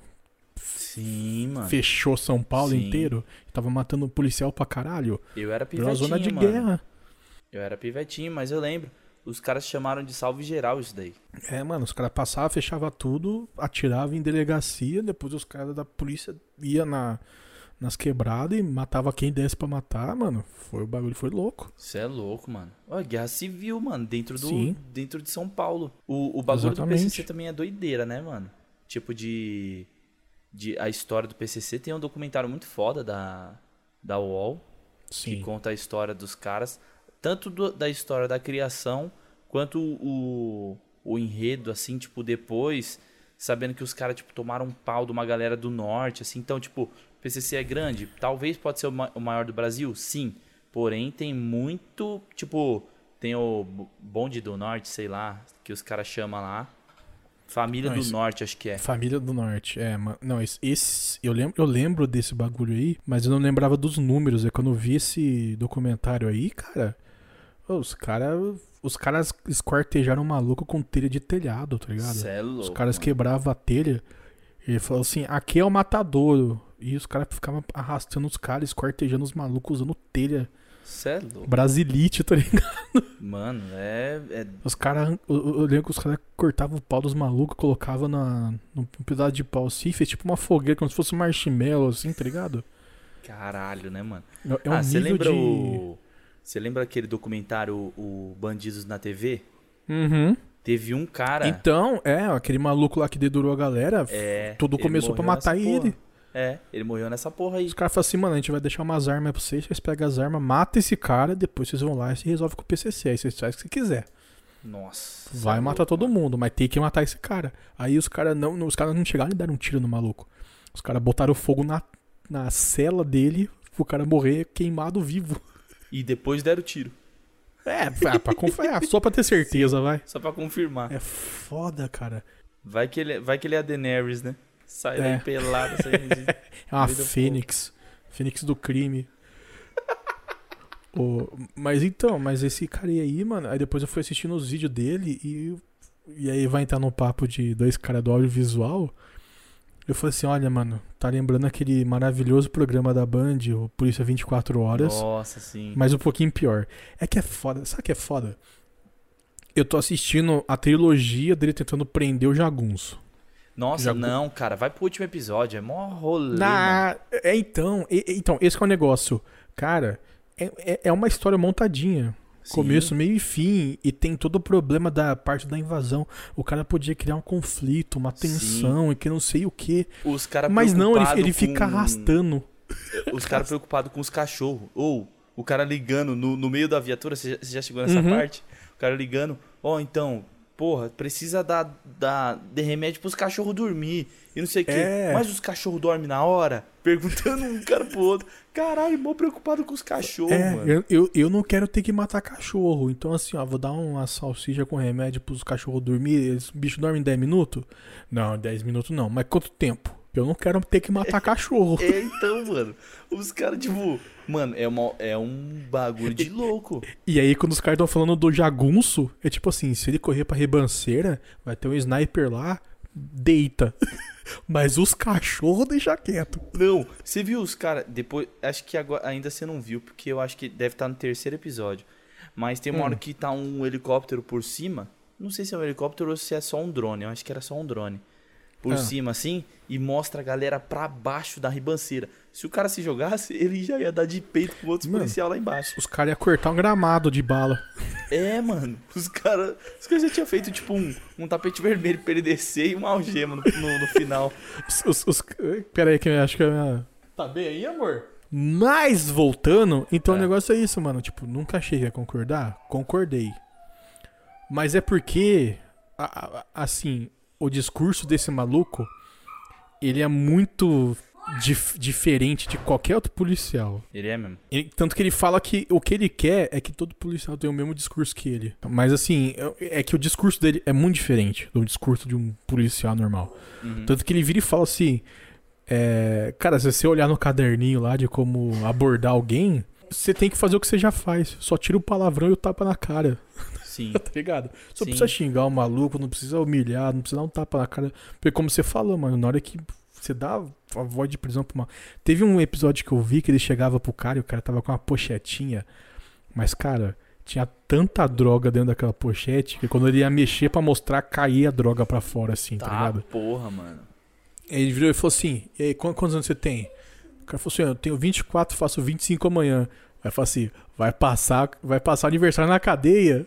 fechou São Paulo inteiro, tava matando policial pra caralho? Eu era pivetinho, zona de mano. guerra. Eu era pivetinho, mas eu lembro. Os caras chamaram de salve geral isso daí. Mano, os caras passavam, fechavam tudo, atiravam em delegacia, depois os caras da polícia iam nas quebradas e matava quem desse pra matar, mano. O bagulho foi louco. Você é louco, mano. Guerra civil, mano, dentro de São Paulo. O bagulho do PCC também é doideira, né, mano? Tipo a história do PCC. Tem um documentário muito foda da UOL, que conta a história dos caras, tanto da história da criação, quanto o enredo, assim, tipo, depois, sabendo que os caras, tipo, tomaram um pau de uma galera do norte, assim. Então, tipo, o PCC é grande, talvez pode ser o maior do Brasil, sim. Porém, tem muito, tipo, tem o Bonde do Norte, sei lá, que os caras chamam lá. Família do Norte, acho que é. Família do Norte, mano. Não, eu lembro desse bagulho aí, mas eu não lembrava dos números. É quando eu vi esse documentário aí, cara, os caras esquartejaram um maluco com telha de telhado, tá ligado? Cê é louco, os caras quebravam a telha. Ele falou assim, aqui é o matadouro. E os caras ficavam arrastando os caras, esquartejando os malucos usando telha. Cê é louco. Brasilite, tá ligado? Mano, Os caras, eu lembro que os caras cortavam o pau dos malucos, colocavam num pedaço de pau assim, fez tipo uma fogueira, como se fosse um marshmallow, assim, tá ligado? Caralho, né, mano? Você lembra Você lembra aquele documentário, o Bandidos na TV? Uhum. Teve um cara... Então, aquele maluco lá que dedurou a galera, tudo começou pra matar ele. Ele morreu nessa porra aí. Os caras falaram assim, mano, a gente vai deixar umas armas pra vocês pegam as armas, matam esse cara, depois vocês vão lá e se resolve com o PCC, aí vocês fazem o que você quiser. Nossa. Vai matar todo mundo, mas tem que matar esse cara. Aí os caras não chegaram e deram um tiro no maluco. Os caras botaram fogo na cela dele, o cara morrer queimado vivo. E depois deram tiro. Pra confiar, só pra ter certeza, vai. Só pra confirmar. É foda, cara. Vai que ele é a Daenerys, né? Sai daí pelada, sai É uma fênix. Fênix do crime. Mas esse cara aí, mano, aí depois eu fui assistindo os vídeos dele e aí vai entrar no papo de dois caras do audiovisual. Eu falei assim, olha, mano, tá lembrando aquele maravilhoso programa da Band, o Polícia 24 Horas. Nossa, sim. Mas um pouquinho pior. É que é foda, sabe o que é foda? Eu tô assistindo a trilogia dele tentando prender o Jagunço. Nossa, não, cara, vai pro último episódio, é mó rolê, mano. Então, esse que é o negócio. Cara, é uma história montadinha. Sim. Começo, meio e fim. E tem todo o problema da parte da invasão. O cara podia criar um conflito, uma tensão e que não sei o quê. Os cara Mas não, ele com... fica arrastando. Os caras preocupados com os cachorros. Ou o cara ligando no meio da viatura, você já chegou nessa parte? O cara ligando, então, porra, precisa de remédio pros cachorros dormir. E não sei o quê. Mas os cachorros dormem na hora? Perguntando um cara pro outro. Caralho, mó preocupado com os cachorros, mano. Eu não quero ter que matar cachorro. Então, assim, vou dar uma salsicha com remédio pros cachorros dormir. Os bichos dormem 10 minutos? Não, 10 minutos não. Mas quanto tempo? Eu não quero ter que matar cachorro. Então, mano. Os caras, tipo... Mano, é um bagulho de louco. E aí, quando os caras estão falando do jagunço, é tipo assim, se ele correr pra ribanceira, vai ter um sniper lá, deita. Mas os cachorros deixa quieto. Não, você viu os caras... Depois, acho que agora, ainda você não viu, porque eu acho que deve estar no terceiro episódio. Mas tem uma hora que tá um helicóptero por cima. Não sei se é um helicóptero ou se é só um drone. Eu acho que era só um drone. Por cima, assim, e mostra a galera pra baixo da ribanceira. Se o cara se jogasse, ele já ia dar de peito com outros policiais lá embaixo. Os caras iam cortar um gramado de bala. Mano. Os caras já tinham feito, tipo, um tapete vermelho pra ele descer e uma algema no final. Pera aí que eu acho que é... Tá bem aí, amor? Mas, voltando, então o negócio é isso, mano. Tipo, nunca achei que ia concordar? Concordei. Mas é porque, assim... O discurso desse maluco, ele é muito diferente de qualquer outro policial. Ele é mesmo. Tanto que ele fala que o que ele quer é que todo policial tenha o mesmo discurso que ele. Mas assim, é que o discurso dele é muito diferente do discurso de um policial normal. Tanto que ele vira e fala assim, cara, se você olhar no caderninho lá de como abordar alguém, você tem que fazer o que você já faz. Só tira o palavrão e o tapa na cara. Sim. Tá ligado? Só precisa xingar o maluco, não precisa humilhar, não precisa dar um tapa na cara. Porque como você falou, mano, na hora que você dá a voz de prisão pra uma... Teve um episódio que eu vi que ele chegava pro cara e o cara tava com uma pochetinha. Mas, cara, tinha tanta droga dentro daquela pochete que quando ele ia mexer pra mostrar, caía a droga pra fora, assim, tá ligado? Porra, mano. Aí ele virou e falou assim, e aí, quantos anos você tem? O cara falou assim, eu tenho 24, faço 25 amanhã. Aí fala assim, vai passar o aniversário na cadeia.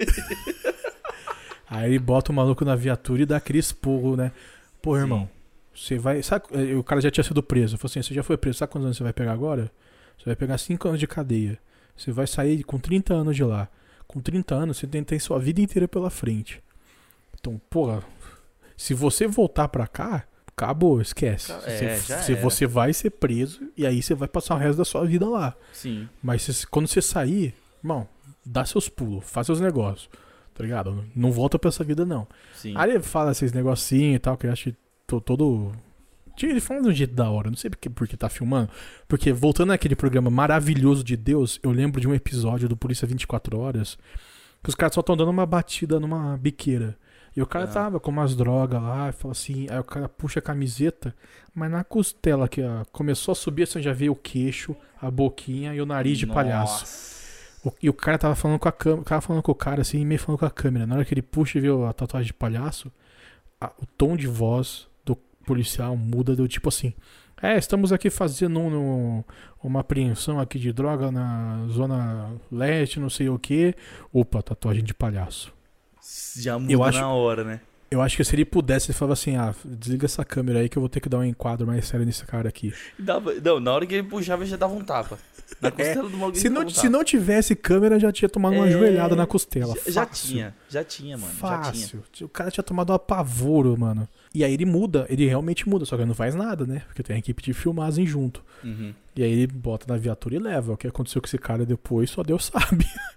Aí bota o maluco na viatura e dá aquele esporro, né? Pô, irmão, você vai... Sabe, o cara já tinha sido preso. Eu falei assim, você já foi preso, sabe quantos anos você vai pegar agora? Você vai pegar 5 anos de cadeia. Você vai sair com 30 anos de lá. Com 30 anos, você tem sua vida inteira pela frente. Então, porra, se você voltar pra cá... Acabou, esquece. Você vai ser preso e aí você vai passar o resto da sua vida lá. Sim. Mas quando você sair, irmão, dá seus pulos, faz seus negócios. Tá ligado? Não volta pra essa vida, não. Sim. Aí ele fala esses negocinhos e tal, que eu acho todo. Ele fala de um jeito da hora, não sei porque tá filmando. Porque voltando naquele programa maravilhoso de Deus, eu lembro de um episódio do Polícia 24 Horas que os caras só estão dando uma batida numa biqueira. E o cara tava com umas drogas lá, e fala assim, aí o cara puxa a camiseta, mas na costela que começou a subir, assim, já veio o queixo, a boquinha e o nariz de palhaço. E o cara tava falando com a câmera, falando com o cara assim, meio falando com a câmera. Na hora que ele puxa e vê a tatuagem de palhaço, o tom de voz do policial muda do tipo assim, estamos aqui fazendo uma apreensão aqui de droga na zona leste, não sei o que. Opa, tatuagem de palhaço. Já muda na hora, né? Eu acho que se ele pudesse, ele falava assim, desliga essa câmera aí que eu vou ter que dar um enquadro mais sério nesse cara aqui. Não, na hora que ele puxava, já dava um tapa. Na costela do maluco. Se não tivesse câmera, já tinha tomado uma joelhada na costela. Já tinha, mano. Fácil. Já tinha. O cara tinha tomado um apavoro, mano. E aí ele realmente muda, só que ele não faz nada, né? Porque tem a equipe de filmagem junto. E aí ele bota na viatura e leva. O que aconteceu com esse cara depois, só Deus sabe.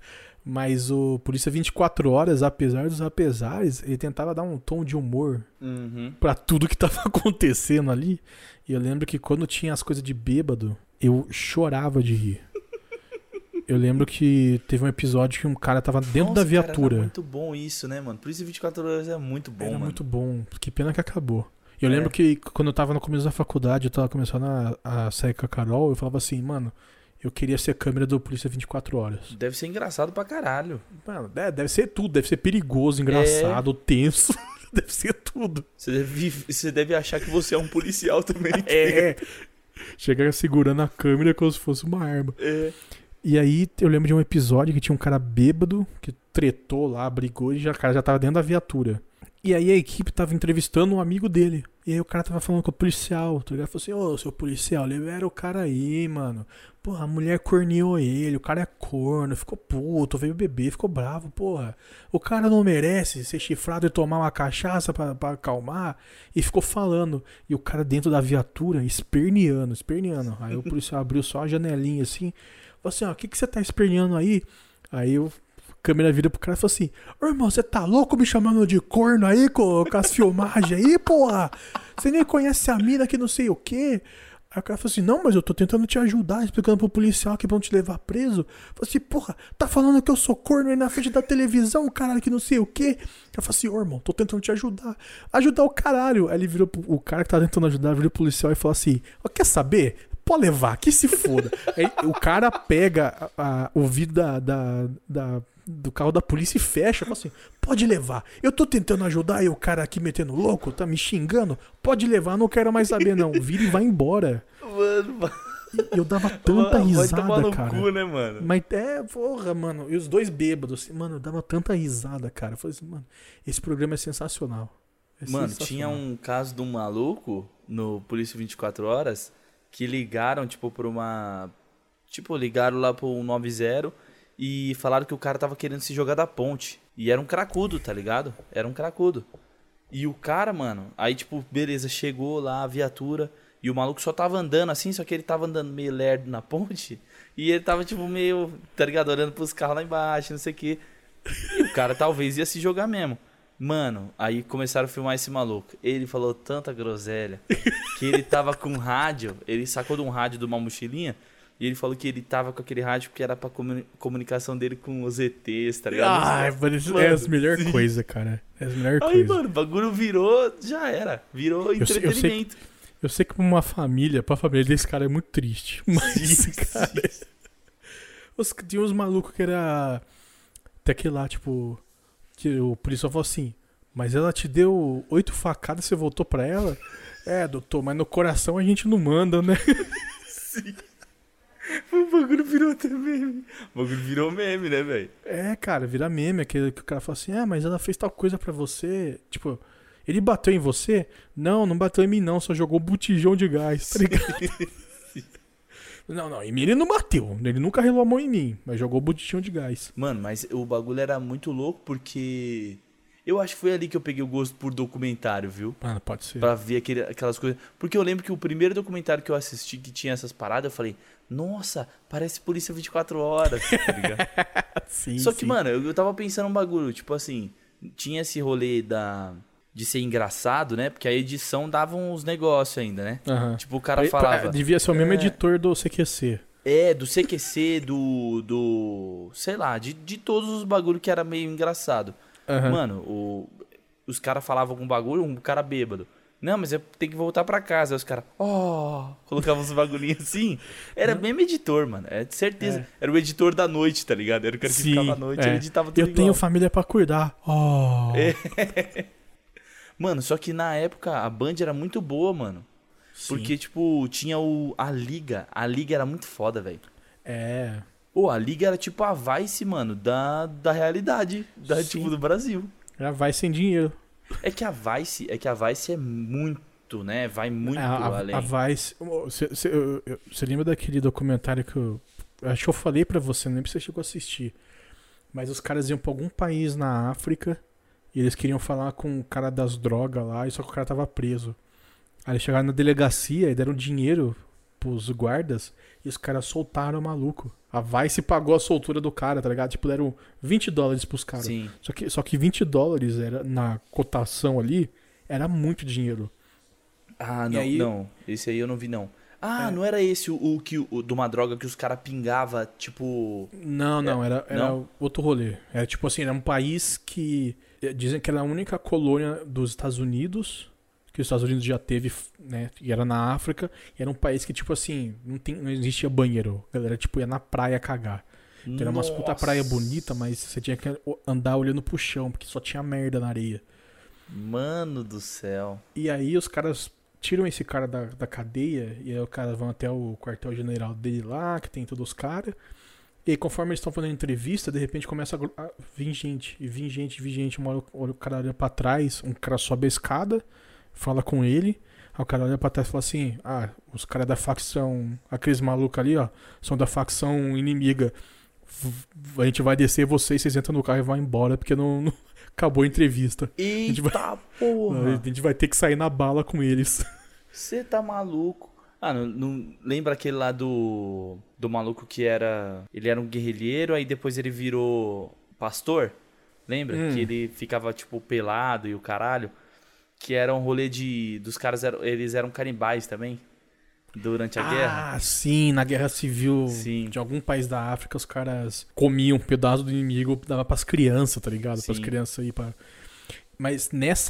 Mas o Polícia 24 Horas, apesar dos apesares, ele tentava dar um tom de humor pra tudo que tava acontecendo ali. E eu lembro que quando tinha as coisas de bêbado, eu chorava de rir. Eu lembro que teve um episódio que um cara tava dentro da viatura. Cara, era muito bom isso, né, mano? Polícia 24 Horas é muito bom, Era mano. muito bom. Que pena que acabou. Eu lembro que quando eu tava no começo da faculdade, eu tava começando a sair com a Carol, eu falava assim, mano, eu queria ser câmera do Polícia 24 Horas. Deve ser engraçado pra caralho. Mano, deve ser tudo. Deve ser perigoso, engraçado, tenso. Deve ser tudo. Você deve achar que você é um policial também. Chegar segurando a câmera como se fosse uma arma. E aí eu lembro de um episódio que tinha um cara bêbado que tretou lá, brigou e o cara já tava dentro da viatura. E aí a equipe tava entrevistando um amigo dele. E aí o cara tava falando com o policial, tá ligado? Falou assim, ô, seu policial, libera o cara aí, mano. Porra, a mulher corneou ele, o cara é corno, ficou puto, veio beber, ficou bravo, porra. O cara não merece ser chifrado e tomar uma cachaça pra acalmar. E ficou falando. E o cara dentro da viatura, esperneando. Aí o policial abriu só a janelinha assim. Falou assim, ó, o que você tá esperneando aí? Aí a câmera vira pro cara e falou assim, ô irmão, você tá louco me chamando de corno aí com as filmagens aí, porra? Você nem conhece a mina que não sei o quê? Aí o cara falou assim, não, mas eu tô tentando te ajudar, explicando pro policial que vão te levar preso. Falei assim, porra, tá falando que eu sou corno aí na frente da televisão, caralho, que não sei o quê. Eu falei assim, ô irmão, tô tentando te ajudar. Ajudar o caralho. Aí ele virou, o cara que tá tentando ajudar, virou pro policial e falou assim, ó, quer saber? Pode levar, que se foda. Aí o cara pega o vidro do carro da polícia e fecha. Fala assim, pode levar. Eu tô tentando ajudar e o cara aqui metendo louco, tá me xingando. Pode levar, não quero mais saber não. Vira e vai embora. Mano, eu dava tanta risada, vai tomar no cara. cu, né, mano? Mas porra, mano. E os dois bêbados, assim, mano, eu dava tanta risada, cara. Eu falei assim, mano, esse programa é sensacional. Mano, tinha um caso de um maluco no Polícia 24 Horas que ligaram, tipo, pra uma... Tipo, ligaram lá pro 190 e falaram que o cara tava querendo se jogar da ponte. E era um cracudo, tá ligado? Era um cracudo. E o cara, mano... Aí, tipo, beleza, chegou lá a viatura e o maluco só tava andando assim, só que ele tava andando meio lerdo na ponte. E ele tava, tipo, meio, tá ligado? Olhando pros carros lá embaixo, não sei o quê. E o cara talvez ia se jogar mesmo. Mano, aí começaram a filmar esse maluco. Ele falou tanta groselha que ele tava com um rádio. Ele sacou de um rádio de uma mochilinha e ele falou que ele tava com aquele rádio porque era pra comunicação dele com os ETs, tá ligado? Ai, mano, é as melhores coisas, cara. É as melhores coisas. Aí, mano, o bagulho virou, já era. Virou entretenimento. Eu sei que pra uma família, pra família desse cara é muito triste. Mas, cara... Tinha uns malucos que era... Até que lá, tipo... Que o policial falou assim, mas ela te deu 8 facadas, você voltou pra ela? É, doutor, mas no coração a gente não manda, né? Sim. O bagulho virou até meme. O bagulho virou meme, né, velho? É, cara, vira meme. Aquele que o cara fala assim, mas ela fez tal coisa pra você. Tipo, ele bateu em você? Não, não bateu em mim não, só jogou botijão de gás, tá ligado? Não, em mim ele não bateu. Ele nunca relou a mão em mim, mas jogou botijão de gás. Mano, mas o bagulho era muito louco porque... Eu acho que foi ali que eu peguei o gosto por documentário, viu? Mano, pode ser. Pra ver aquelas coisas. Porque eu lembro que o primeiro documentário que eu assisti que tinha essas paradas, eu falei, nossa, parece Polícia 24 Horas, tá ligado? Sim, Só que, sim. mano, eu tava pensando um bagulho, tipo assim, tinha esse rolê de ser engraçado, né? Porque a edição dava uns negócios ainda, né? Uhum. Tipo, o cara falava... Devia ser o mesmo editor do CQC. Do CQC, sei lá, de todos os bagulhos que era meio engraçado. Uhum. Mano, os caras falavam algum bagulho, um cara bêbado. Não, mas eu tenho que voltar pra casa. Aí os caras, colocavam uns bagulhinhos assim. Era mesmo editor, mano. É de certeza. Era o editor da noite, tá ligado? Era o cara que ficava à noite, ele editava tudo igual. Eu tenho família pra cuidar. Mano, só que na época a Band era muito boa, mano. Sim. Porque, tipo, tinha a Liga. A Liga era muito foda, velho. A Liga era tipo a Vice, mano, da realidade, tipo, do Brasil. Era Vice sem dinheiro. É que a Vice é muito, né? Vai muito além. A Vice... Você lembra daquele documentário que eu acho que eu falei pra você, não lembro se você chegou a assistir. Mas os caras iam pra algum país na África e eles queriam falar com o cara das drogas lá, e só que o cara tava preso. Aí eles chegaram na delegacia e deram dinheiro tipo, os guardas, e os caras soltaram o maluco. A Vice pagou a soltura do cara, tá ligado? Tipo, deram $20 pros caras. Sim. Só que $20 era, na cotação ali, era muito dinheiro. Ah, E não, aí- não. Esse aí eu não vi, não. Ah, É. não era esse o de uma droga que os caras pingava, tipo... Não, era não? outro rolê. Era tipo assim, era um país que dizem que era a única colônia dos Estados Unidos, que os Estados Unidos já teve, né? E era na África. E era um país que, tipo assim, não existia banheiro. A galera, tipo, ia na praia cagar. Então era umas puta praia bonita, mas você tinha que andar olhando pro chão, porque só tinha merda na areia. Mano do céu. E aí os caras tiram esse cara da cadeia, e aí os caras vão até o quartel-general dele lá, que tem todos os caras. E aí, conforme eles estão fazendo entrevista, de repente começa a vir gente, e vir gente. Uma hora o cara olha pra trás, um cara sobe a escada, fala com ele. Aí o cara olha pra trás e fala assim: ah, os caras da facção, aqueles malucos ali, ó, são da facção inimiga. A gente vai descer vocês entram no carro e vão embora, porque não acabou a entrevista. Eita A porra! gente vai ter que sair na bala com eles. Você tá maluco. Ah, não lembra aquele lá do maluco que era... Ele era um guerrilheiro, aí depois ele virou pastor? Lembra? Que ele ficava, tipo, pelado e o caralho. Que era um rolê dos caras, eles eram canibais também. Durante a guerra. Ah, sim, na guerra civil Sim. de algum país da África, os caras comiam um pedaço do inimigo, dava pras crianças, tá ligado? Pras Sim. crianças aí pra... Mas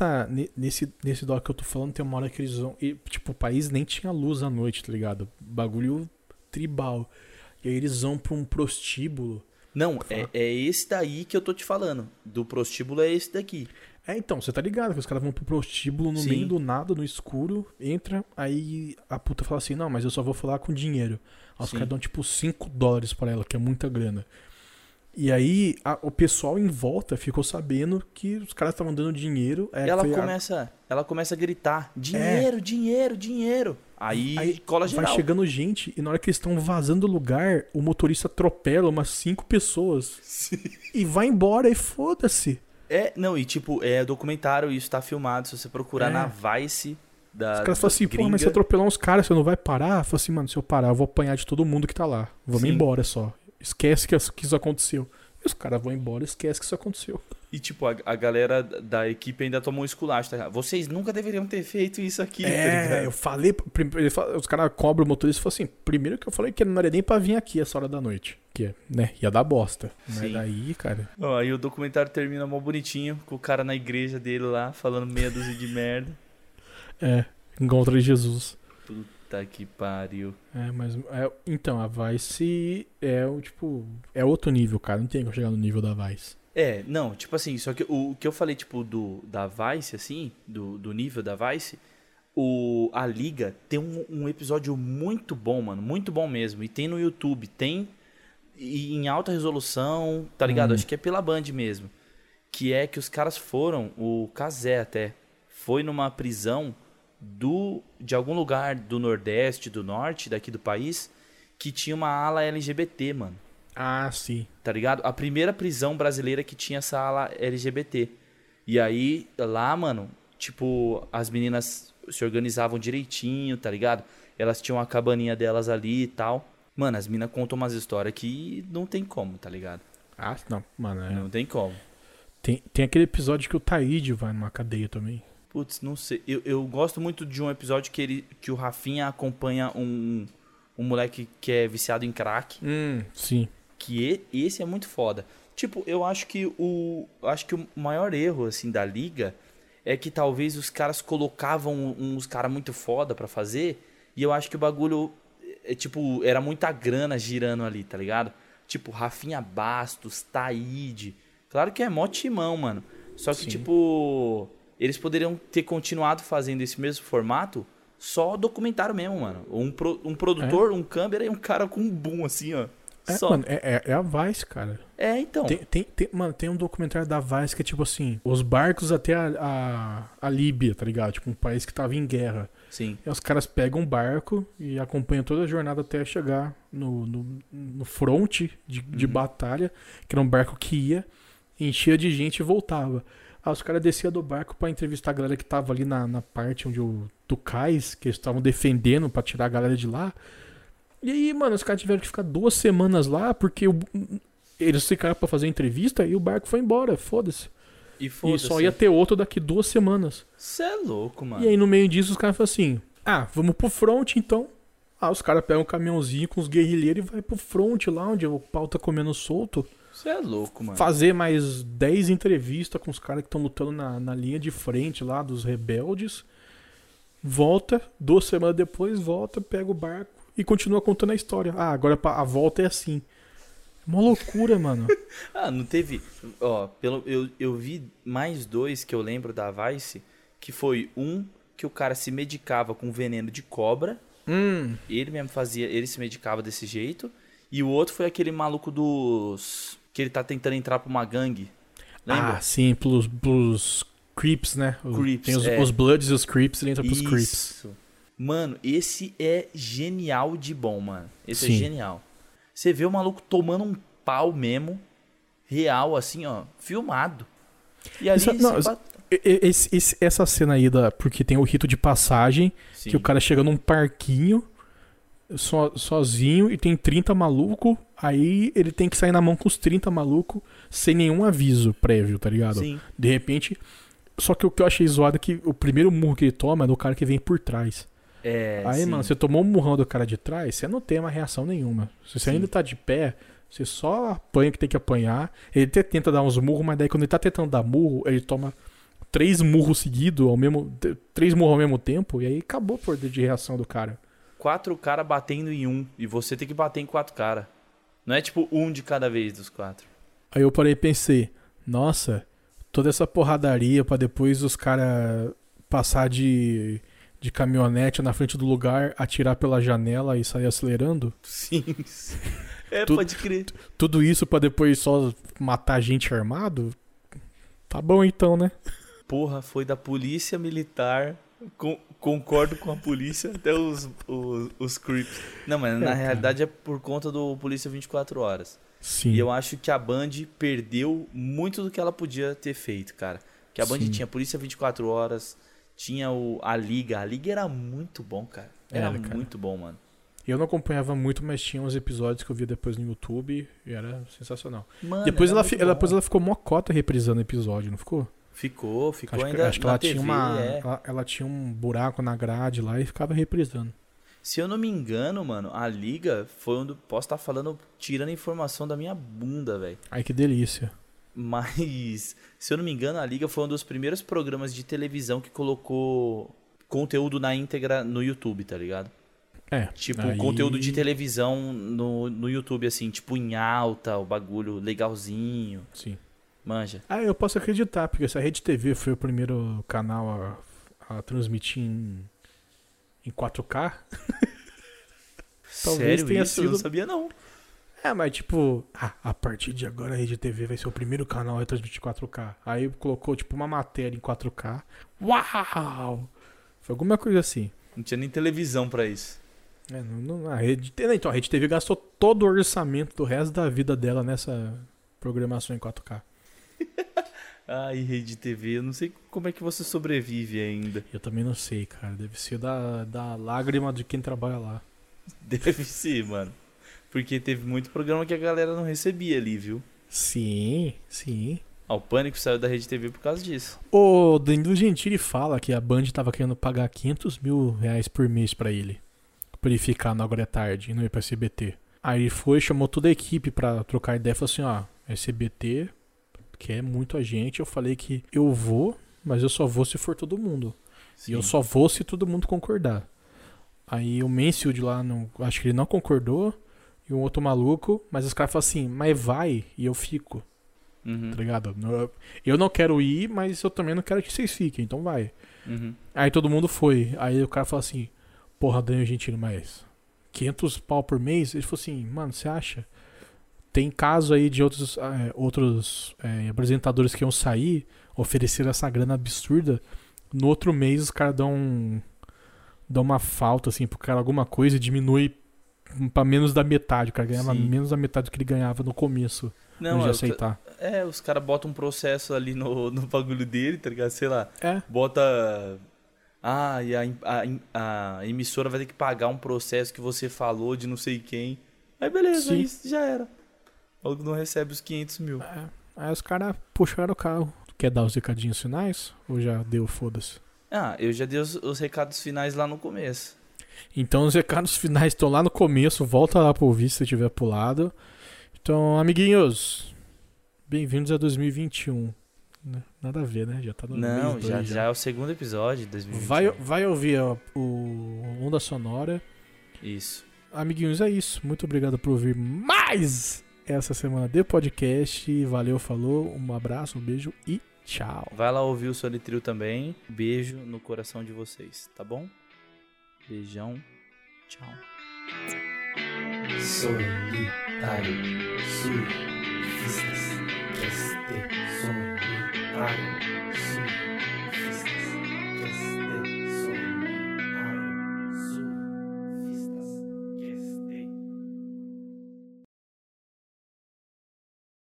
nesse doc que eu tô falando, tem uma hora que eles vão. E, tipo, o país nem tinha luz à noite, tá ligado? Bagulho tribal. E aí eles vão pra um prostíbulo. Não, é esse daí que eu tô te falando. Do prostíbulo é esse daqui. Então, você tá ligado que os caras vão pro prostíbulo no Sim. meio do nada, no escuro, entra, aí a puta fala assim: não, mas eu só vou falar com dinheiro. Aí os Sim. caras dão tipo $5 pra ela, que é muita grana. E aí o pessoal em volta ficou sabendo que os caras estavam dando dinheiro. Ela começa a gritar: dinheiro, dinheiro, dinheiro. Aí cola geral. Vai chegando gente e na hora que eles estão vazando do lugar, o motorista atropela umas 5 pessoas. Sim. E vai embora e foda-se. Não, e tipo, é documentário, isso tá filmado. Se você procurar na Vice da. Os caras falam assim: pô, gringa, mas se atropelar uns caras, você não vai parar? Fala assim: mano, se eu parar, eu vou apanhar de todo mundo que tá lá. Vamos Sim. embora só. Esquece que isso aconteceu. E os caras vão embora, esquece que isso aconteceu. E tipo, a galera da equipe ainda tomou um esculacho, tá ligado? Vocês nunca deveriam ter feito isso aqui, tá ligado? Eu falei. Os caras cobram o motorista e falam assim: primeiro que eu falei que não era nem pra vir aqui essa hora da noite. Que né, ia dar bosta. Mas Sim. daí, cara. Ó, aí o documentário termina mó bonitinho, com o cara na igreja dele lá, falando meia dúzia de merda. Encontra Jesus. Puta que pariu. Mas. Então, a Vice é o tipo. É outro nível, cara. Não tem como chegar no nível da Vice. Não, tipo assim, só que o que eu falei, tipo, da Vice, assim, do nível da Vice, a Liga tem um episódio muito bom, mano, muito bom mesmo, e tem no YouTube, tem em alta resolução, tá ligado? Acho que é pela Band mesmo, que é que os caras foram, o Cazé até, foi numa prisão de algum lugar do Nordeste, do Norte, daqui do país, que tinha uma ala LGBT, mano. Ah, sim. Tá ligado? A primeira prisão brasileira que tinha essa ala LGBT. E aí, lá, mano, tipo, as meninas se organizavam direitinho, tá ligado? Elas tinham a cabaninha delas ali e tal. Mano, as meninas contam umas histórias que não tem como, tá ligado? Ah, não, mano. Não tem como. Tem aquele episódio que o Taíde vai numa cadeia também. Putz, não sei. Eu gosto muito de um episódio que o Rafinha acompanha um moleque que é viciado em crack. Sim. Que esse é muito foda. Tipo, eu acho que o maior erro, assim, da Liga é que talvez os caras colocavam uns caras muito foda pra fazer, e eu acho que o bagulho, tipo, era muita grana girando ali, tá ligado? Tipo, Rafinha Bastos, Taíde. Claro que é mó timão, mano. Só que, Sim. tipo, eles poderiam ter continuado fazendo esse mesmo formato, só documentário mesmo, mano. Um produtor, um câmera e um cara com um boom, assim, ó. Só. Mano, é a Vice, cara. Então. Mano, tem um documentário da Vice que é tipo assim: os barcos até a Líbia, tá ligado? Tipo, um país que tava em guerra. Sim. E os caras pegam um barco e acompanham toda a jornada até chegar no fronte de batalha, que era um barco que ia, enchia de gente e voltava. Aí os caras desciam do barco pra entrevistar a galera que tava ali na parte onde do cais, que eles estavam defendendo pra tirar a galera de lá. E aí, mano, os caras tiveram que ficar 2 semanas lá, porque eles ficaram pra fazer a entrevista e o barco foi embora, foda-se. E E só ia ter outro daqui 2 semanas. Você é louco, mano. E aí no meio disso os caras falam assim, vamos pro front então. Os caras pegam um caminhãozinho com os guerrilheiros e vai pro front lá, onde o pau tá comendo solto. Você é louco, mano. Fazer mais 10 entrevistas com os caras que estão lutando na linha de frente lá dos rebeldes. Volta, 2 semanas depois, volta, pega o barco e continua contando a história. Agora a volta é assim. Uma loucura, mano. Não teve... Ó, eu vi mais 2 que eu lembro da Vice, que foi um que o cara se medicava com veneno de cobra. Ele mesmo ele se medicava desse jeito. E o outro foi aquele maluco que ele tá tentando entrar pra uma gangue. Lembra? Sim, pros Creeps, né? Creeps, tem os Bloods e os Creeps, ele entra pros Creeps. Mano, esse é genial de bom, mano. Esse Sim. é genial. Você vê o maluco tomando um pau mesmo, real, assim, ó, filmado. E ali... Essa cena aí, porque tem o rito de passagem, Sim. que o cara chega num parquinho, sozinho, e tem 30 malucos, aí ele tem que sair na mão com os 30 malucos, sem nenhum aviso prévio, tá ligado? Sim. De repente... Só que o que eu achei zoado é que o primeiro murro que ele toma é do cara que vem por trás. Aí, sim. mano, você tomou um murrão do cara de trás, você não tem uma reação nenhuma. Se você ainda tá de pé, você só apanha o que tem que apanhar. Ele até tenta dar uns murros, mas daí quando ele tá tentando dar murro, ele toma 3 murros seguidos, 3 murros ao mesmo tempo, e aí acabou o poder de reação do cara. 4 caras batendo em um, e você tem que bater em 4 caras. Não é tipo um de cada vez dos 4. Aí eu parei e pensei, nossa, toda essa porradaria pra depois os caras passar de caminhonete na frente do lugar, atirar pela janela e sair acelerando? Sim. Pode crer. Tudo isso pra depois só matar gente armado? Tá bom então, né? Porra, foi da polícia militar. Concordo com a polícia até os creeps. Não, mas na realidade é por conta do Polícia 24 Horas. Sim. E eu acho que a Band perdeu muito do que ela podia ter feito, cara. Que a Band tinha Polícia 24 Horas, tinha a Liga. A Liga era muito bom, cara. Era muito bom, mano. Eu não acompanhava muito, mas tinha uns episódios que eu via depois no YouTube e era sensacional. Mano, depois ela ficou mocota reprisando o episódio, não ficou? Ficou acho ainda acho que na ela TV, tinha ela tinha um buraco na grade lá e ficava reprisando. Se eu não me engano, mano, a Liga foi onde... Posso estar falando, tirando informação da minha bunda, velho. Ai, que delícia. Mas, se eu não me engano, a Liga foi um dos primeiros programas de televisão que colocou conteúdo na íntegra no YouTube, tá ligado? Tipo, conteúdo de televisão no YouTube, assim, tipo em alta, o bagulho legalzinho. Sim. Manja. Eu posso acreditar, porque essa Rede TV foi o primeiro canal a transmitir em 4K. Talvez Sério tenha isso? sido... Eu não sabia, não. Mas tipo, a partir de agora a Rede TV vai ser o primeiro canal a transmitir 4K. Aí colocou tipo uma matéria em 4K. Uau! Foi alguma coisa assim. Não tinha nem televisão pra isso. A Rede TV gastou todo o orçamento do resto da vida dela nessa programação em 4K. Ai, Rede TV, eu não sei como é que você sobrevive ainda. Eu também não sei, cara. Deve ser da lágrima de quem trabalha lá. Deve ser, mano. Porque teve muito programa que a galera não recebia ali, viu? Sim. O Pânico saiu da Rede TV por causa disso. O Danilo Gentili fala que a Band tava querendo pagar R$500 mil por mês pra ele ficar no Agora é Tarde e não ir pra SBT. Aí ele foi, chamou toda a equipe pra trocar ideia e falou assim, SBT quer muito a gente. Eu falei que eu vou, mas eu só vou se for todo mundo. Sim. E eu só vou se todo mundo concordar. Aí o Mansfield lá, acho que ele não concordou, e um outro maluco, mas os caras falaram assim, mas vai e eu fico. Tá ligado? Eu não quero ir, mas eu também não quero que vocês fiquem, então vai. Aí todo mundo foi. Aí o cara falou assim, porra, Danilo Gentili, mas 500 pau por mês? Ele falou assim, mano, você acha? Tem caso aí de outros apresentadores que iam sair, oferecer essa grana absurda. No outro mês os caras dão uma falta assim pro cara, alguma coisa, e diminui pra menos da metade. O cara ganhava menos da metade do que ele ganhava no começo. não de aceitar. Os caras botam um processo ali no bagulho dele, tá ligado? Sei lá. Bota... e a emissora vai ter que pagar um processo que você falou de não sei quem. Aí beleza, aí já era. Ou não recebe os 500 mil. Aí os caras puxaram o carro. Quer dar os recadinhos finais? Ou já deu, foda-se? Eu já dei os recados finais lá no começo. Então os recados finais estão lá no começo. Volta lá pra ouvir se tiver pulado. Então, amiguinhos, bem-vindos a 2021. Nada a ver, né? Já tá no Não, mês já é o segundo episódio de 2021. Vai ouvir o Onda Sonora. Isso. Amiguinhos, é isso. Muito obrigado por ouvir mais essa semana de podcast. Valeu, falou. Um abraço, um beijo e tchau. Vai lá ouvir o Solitril também. Beijo no coração de vocês, tá bom? Beijão. Tchau. Solitário. Surfistas. Solitário.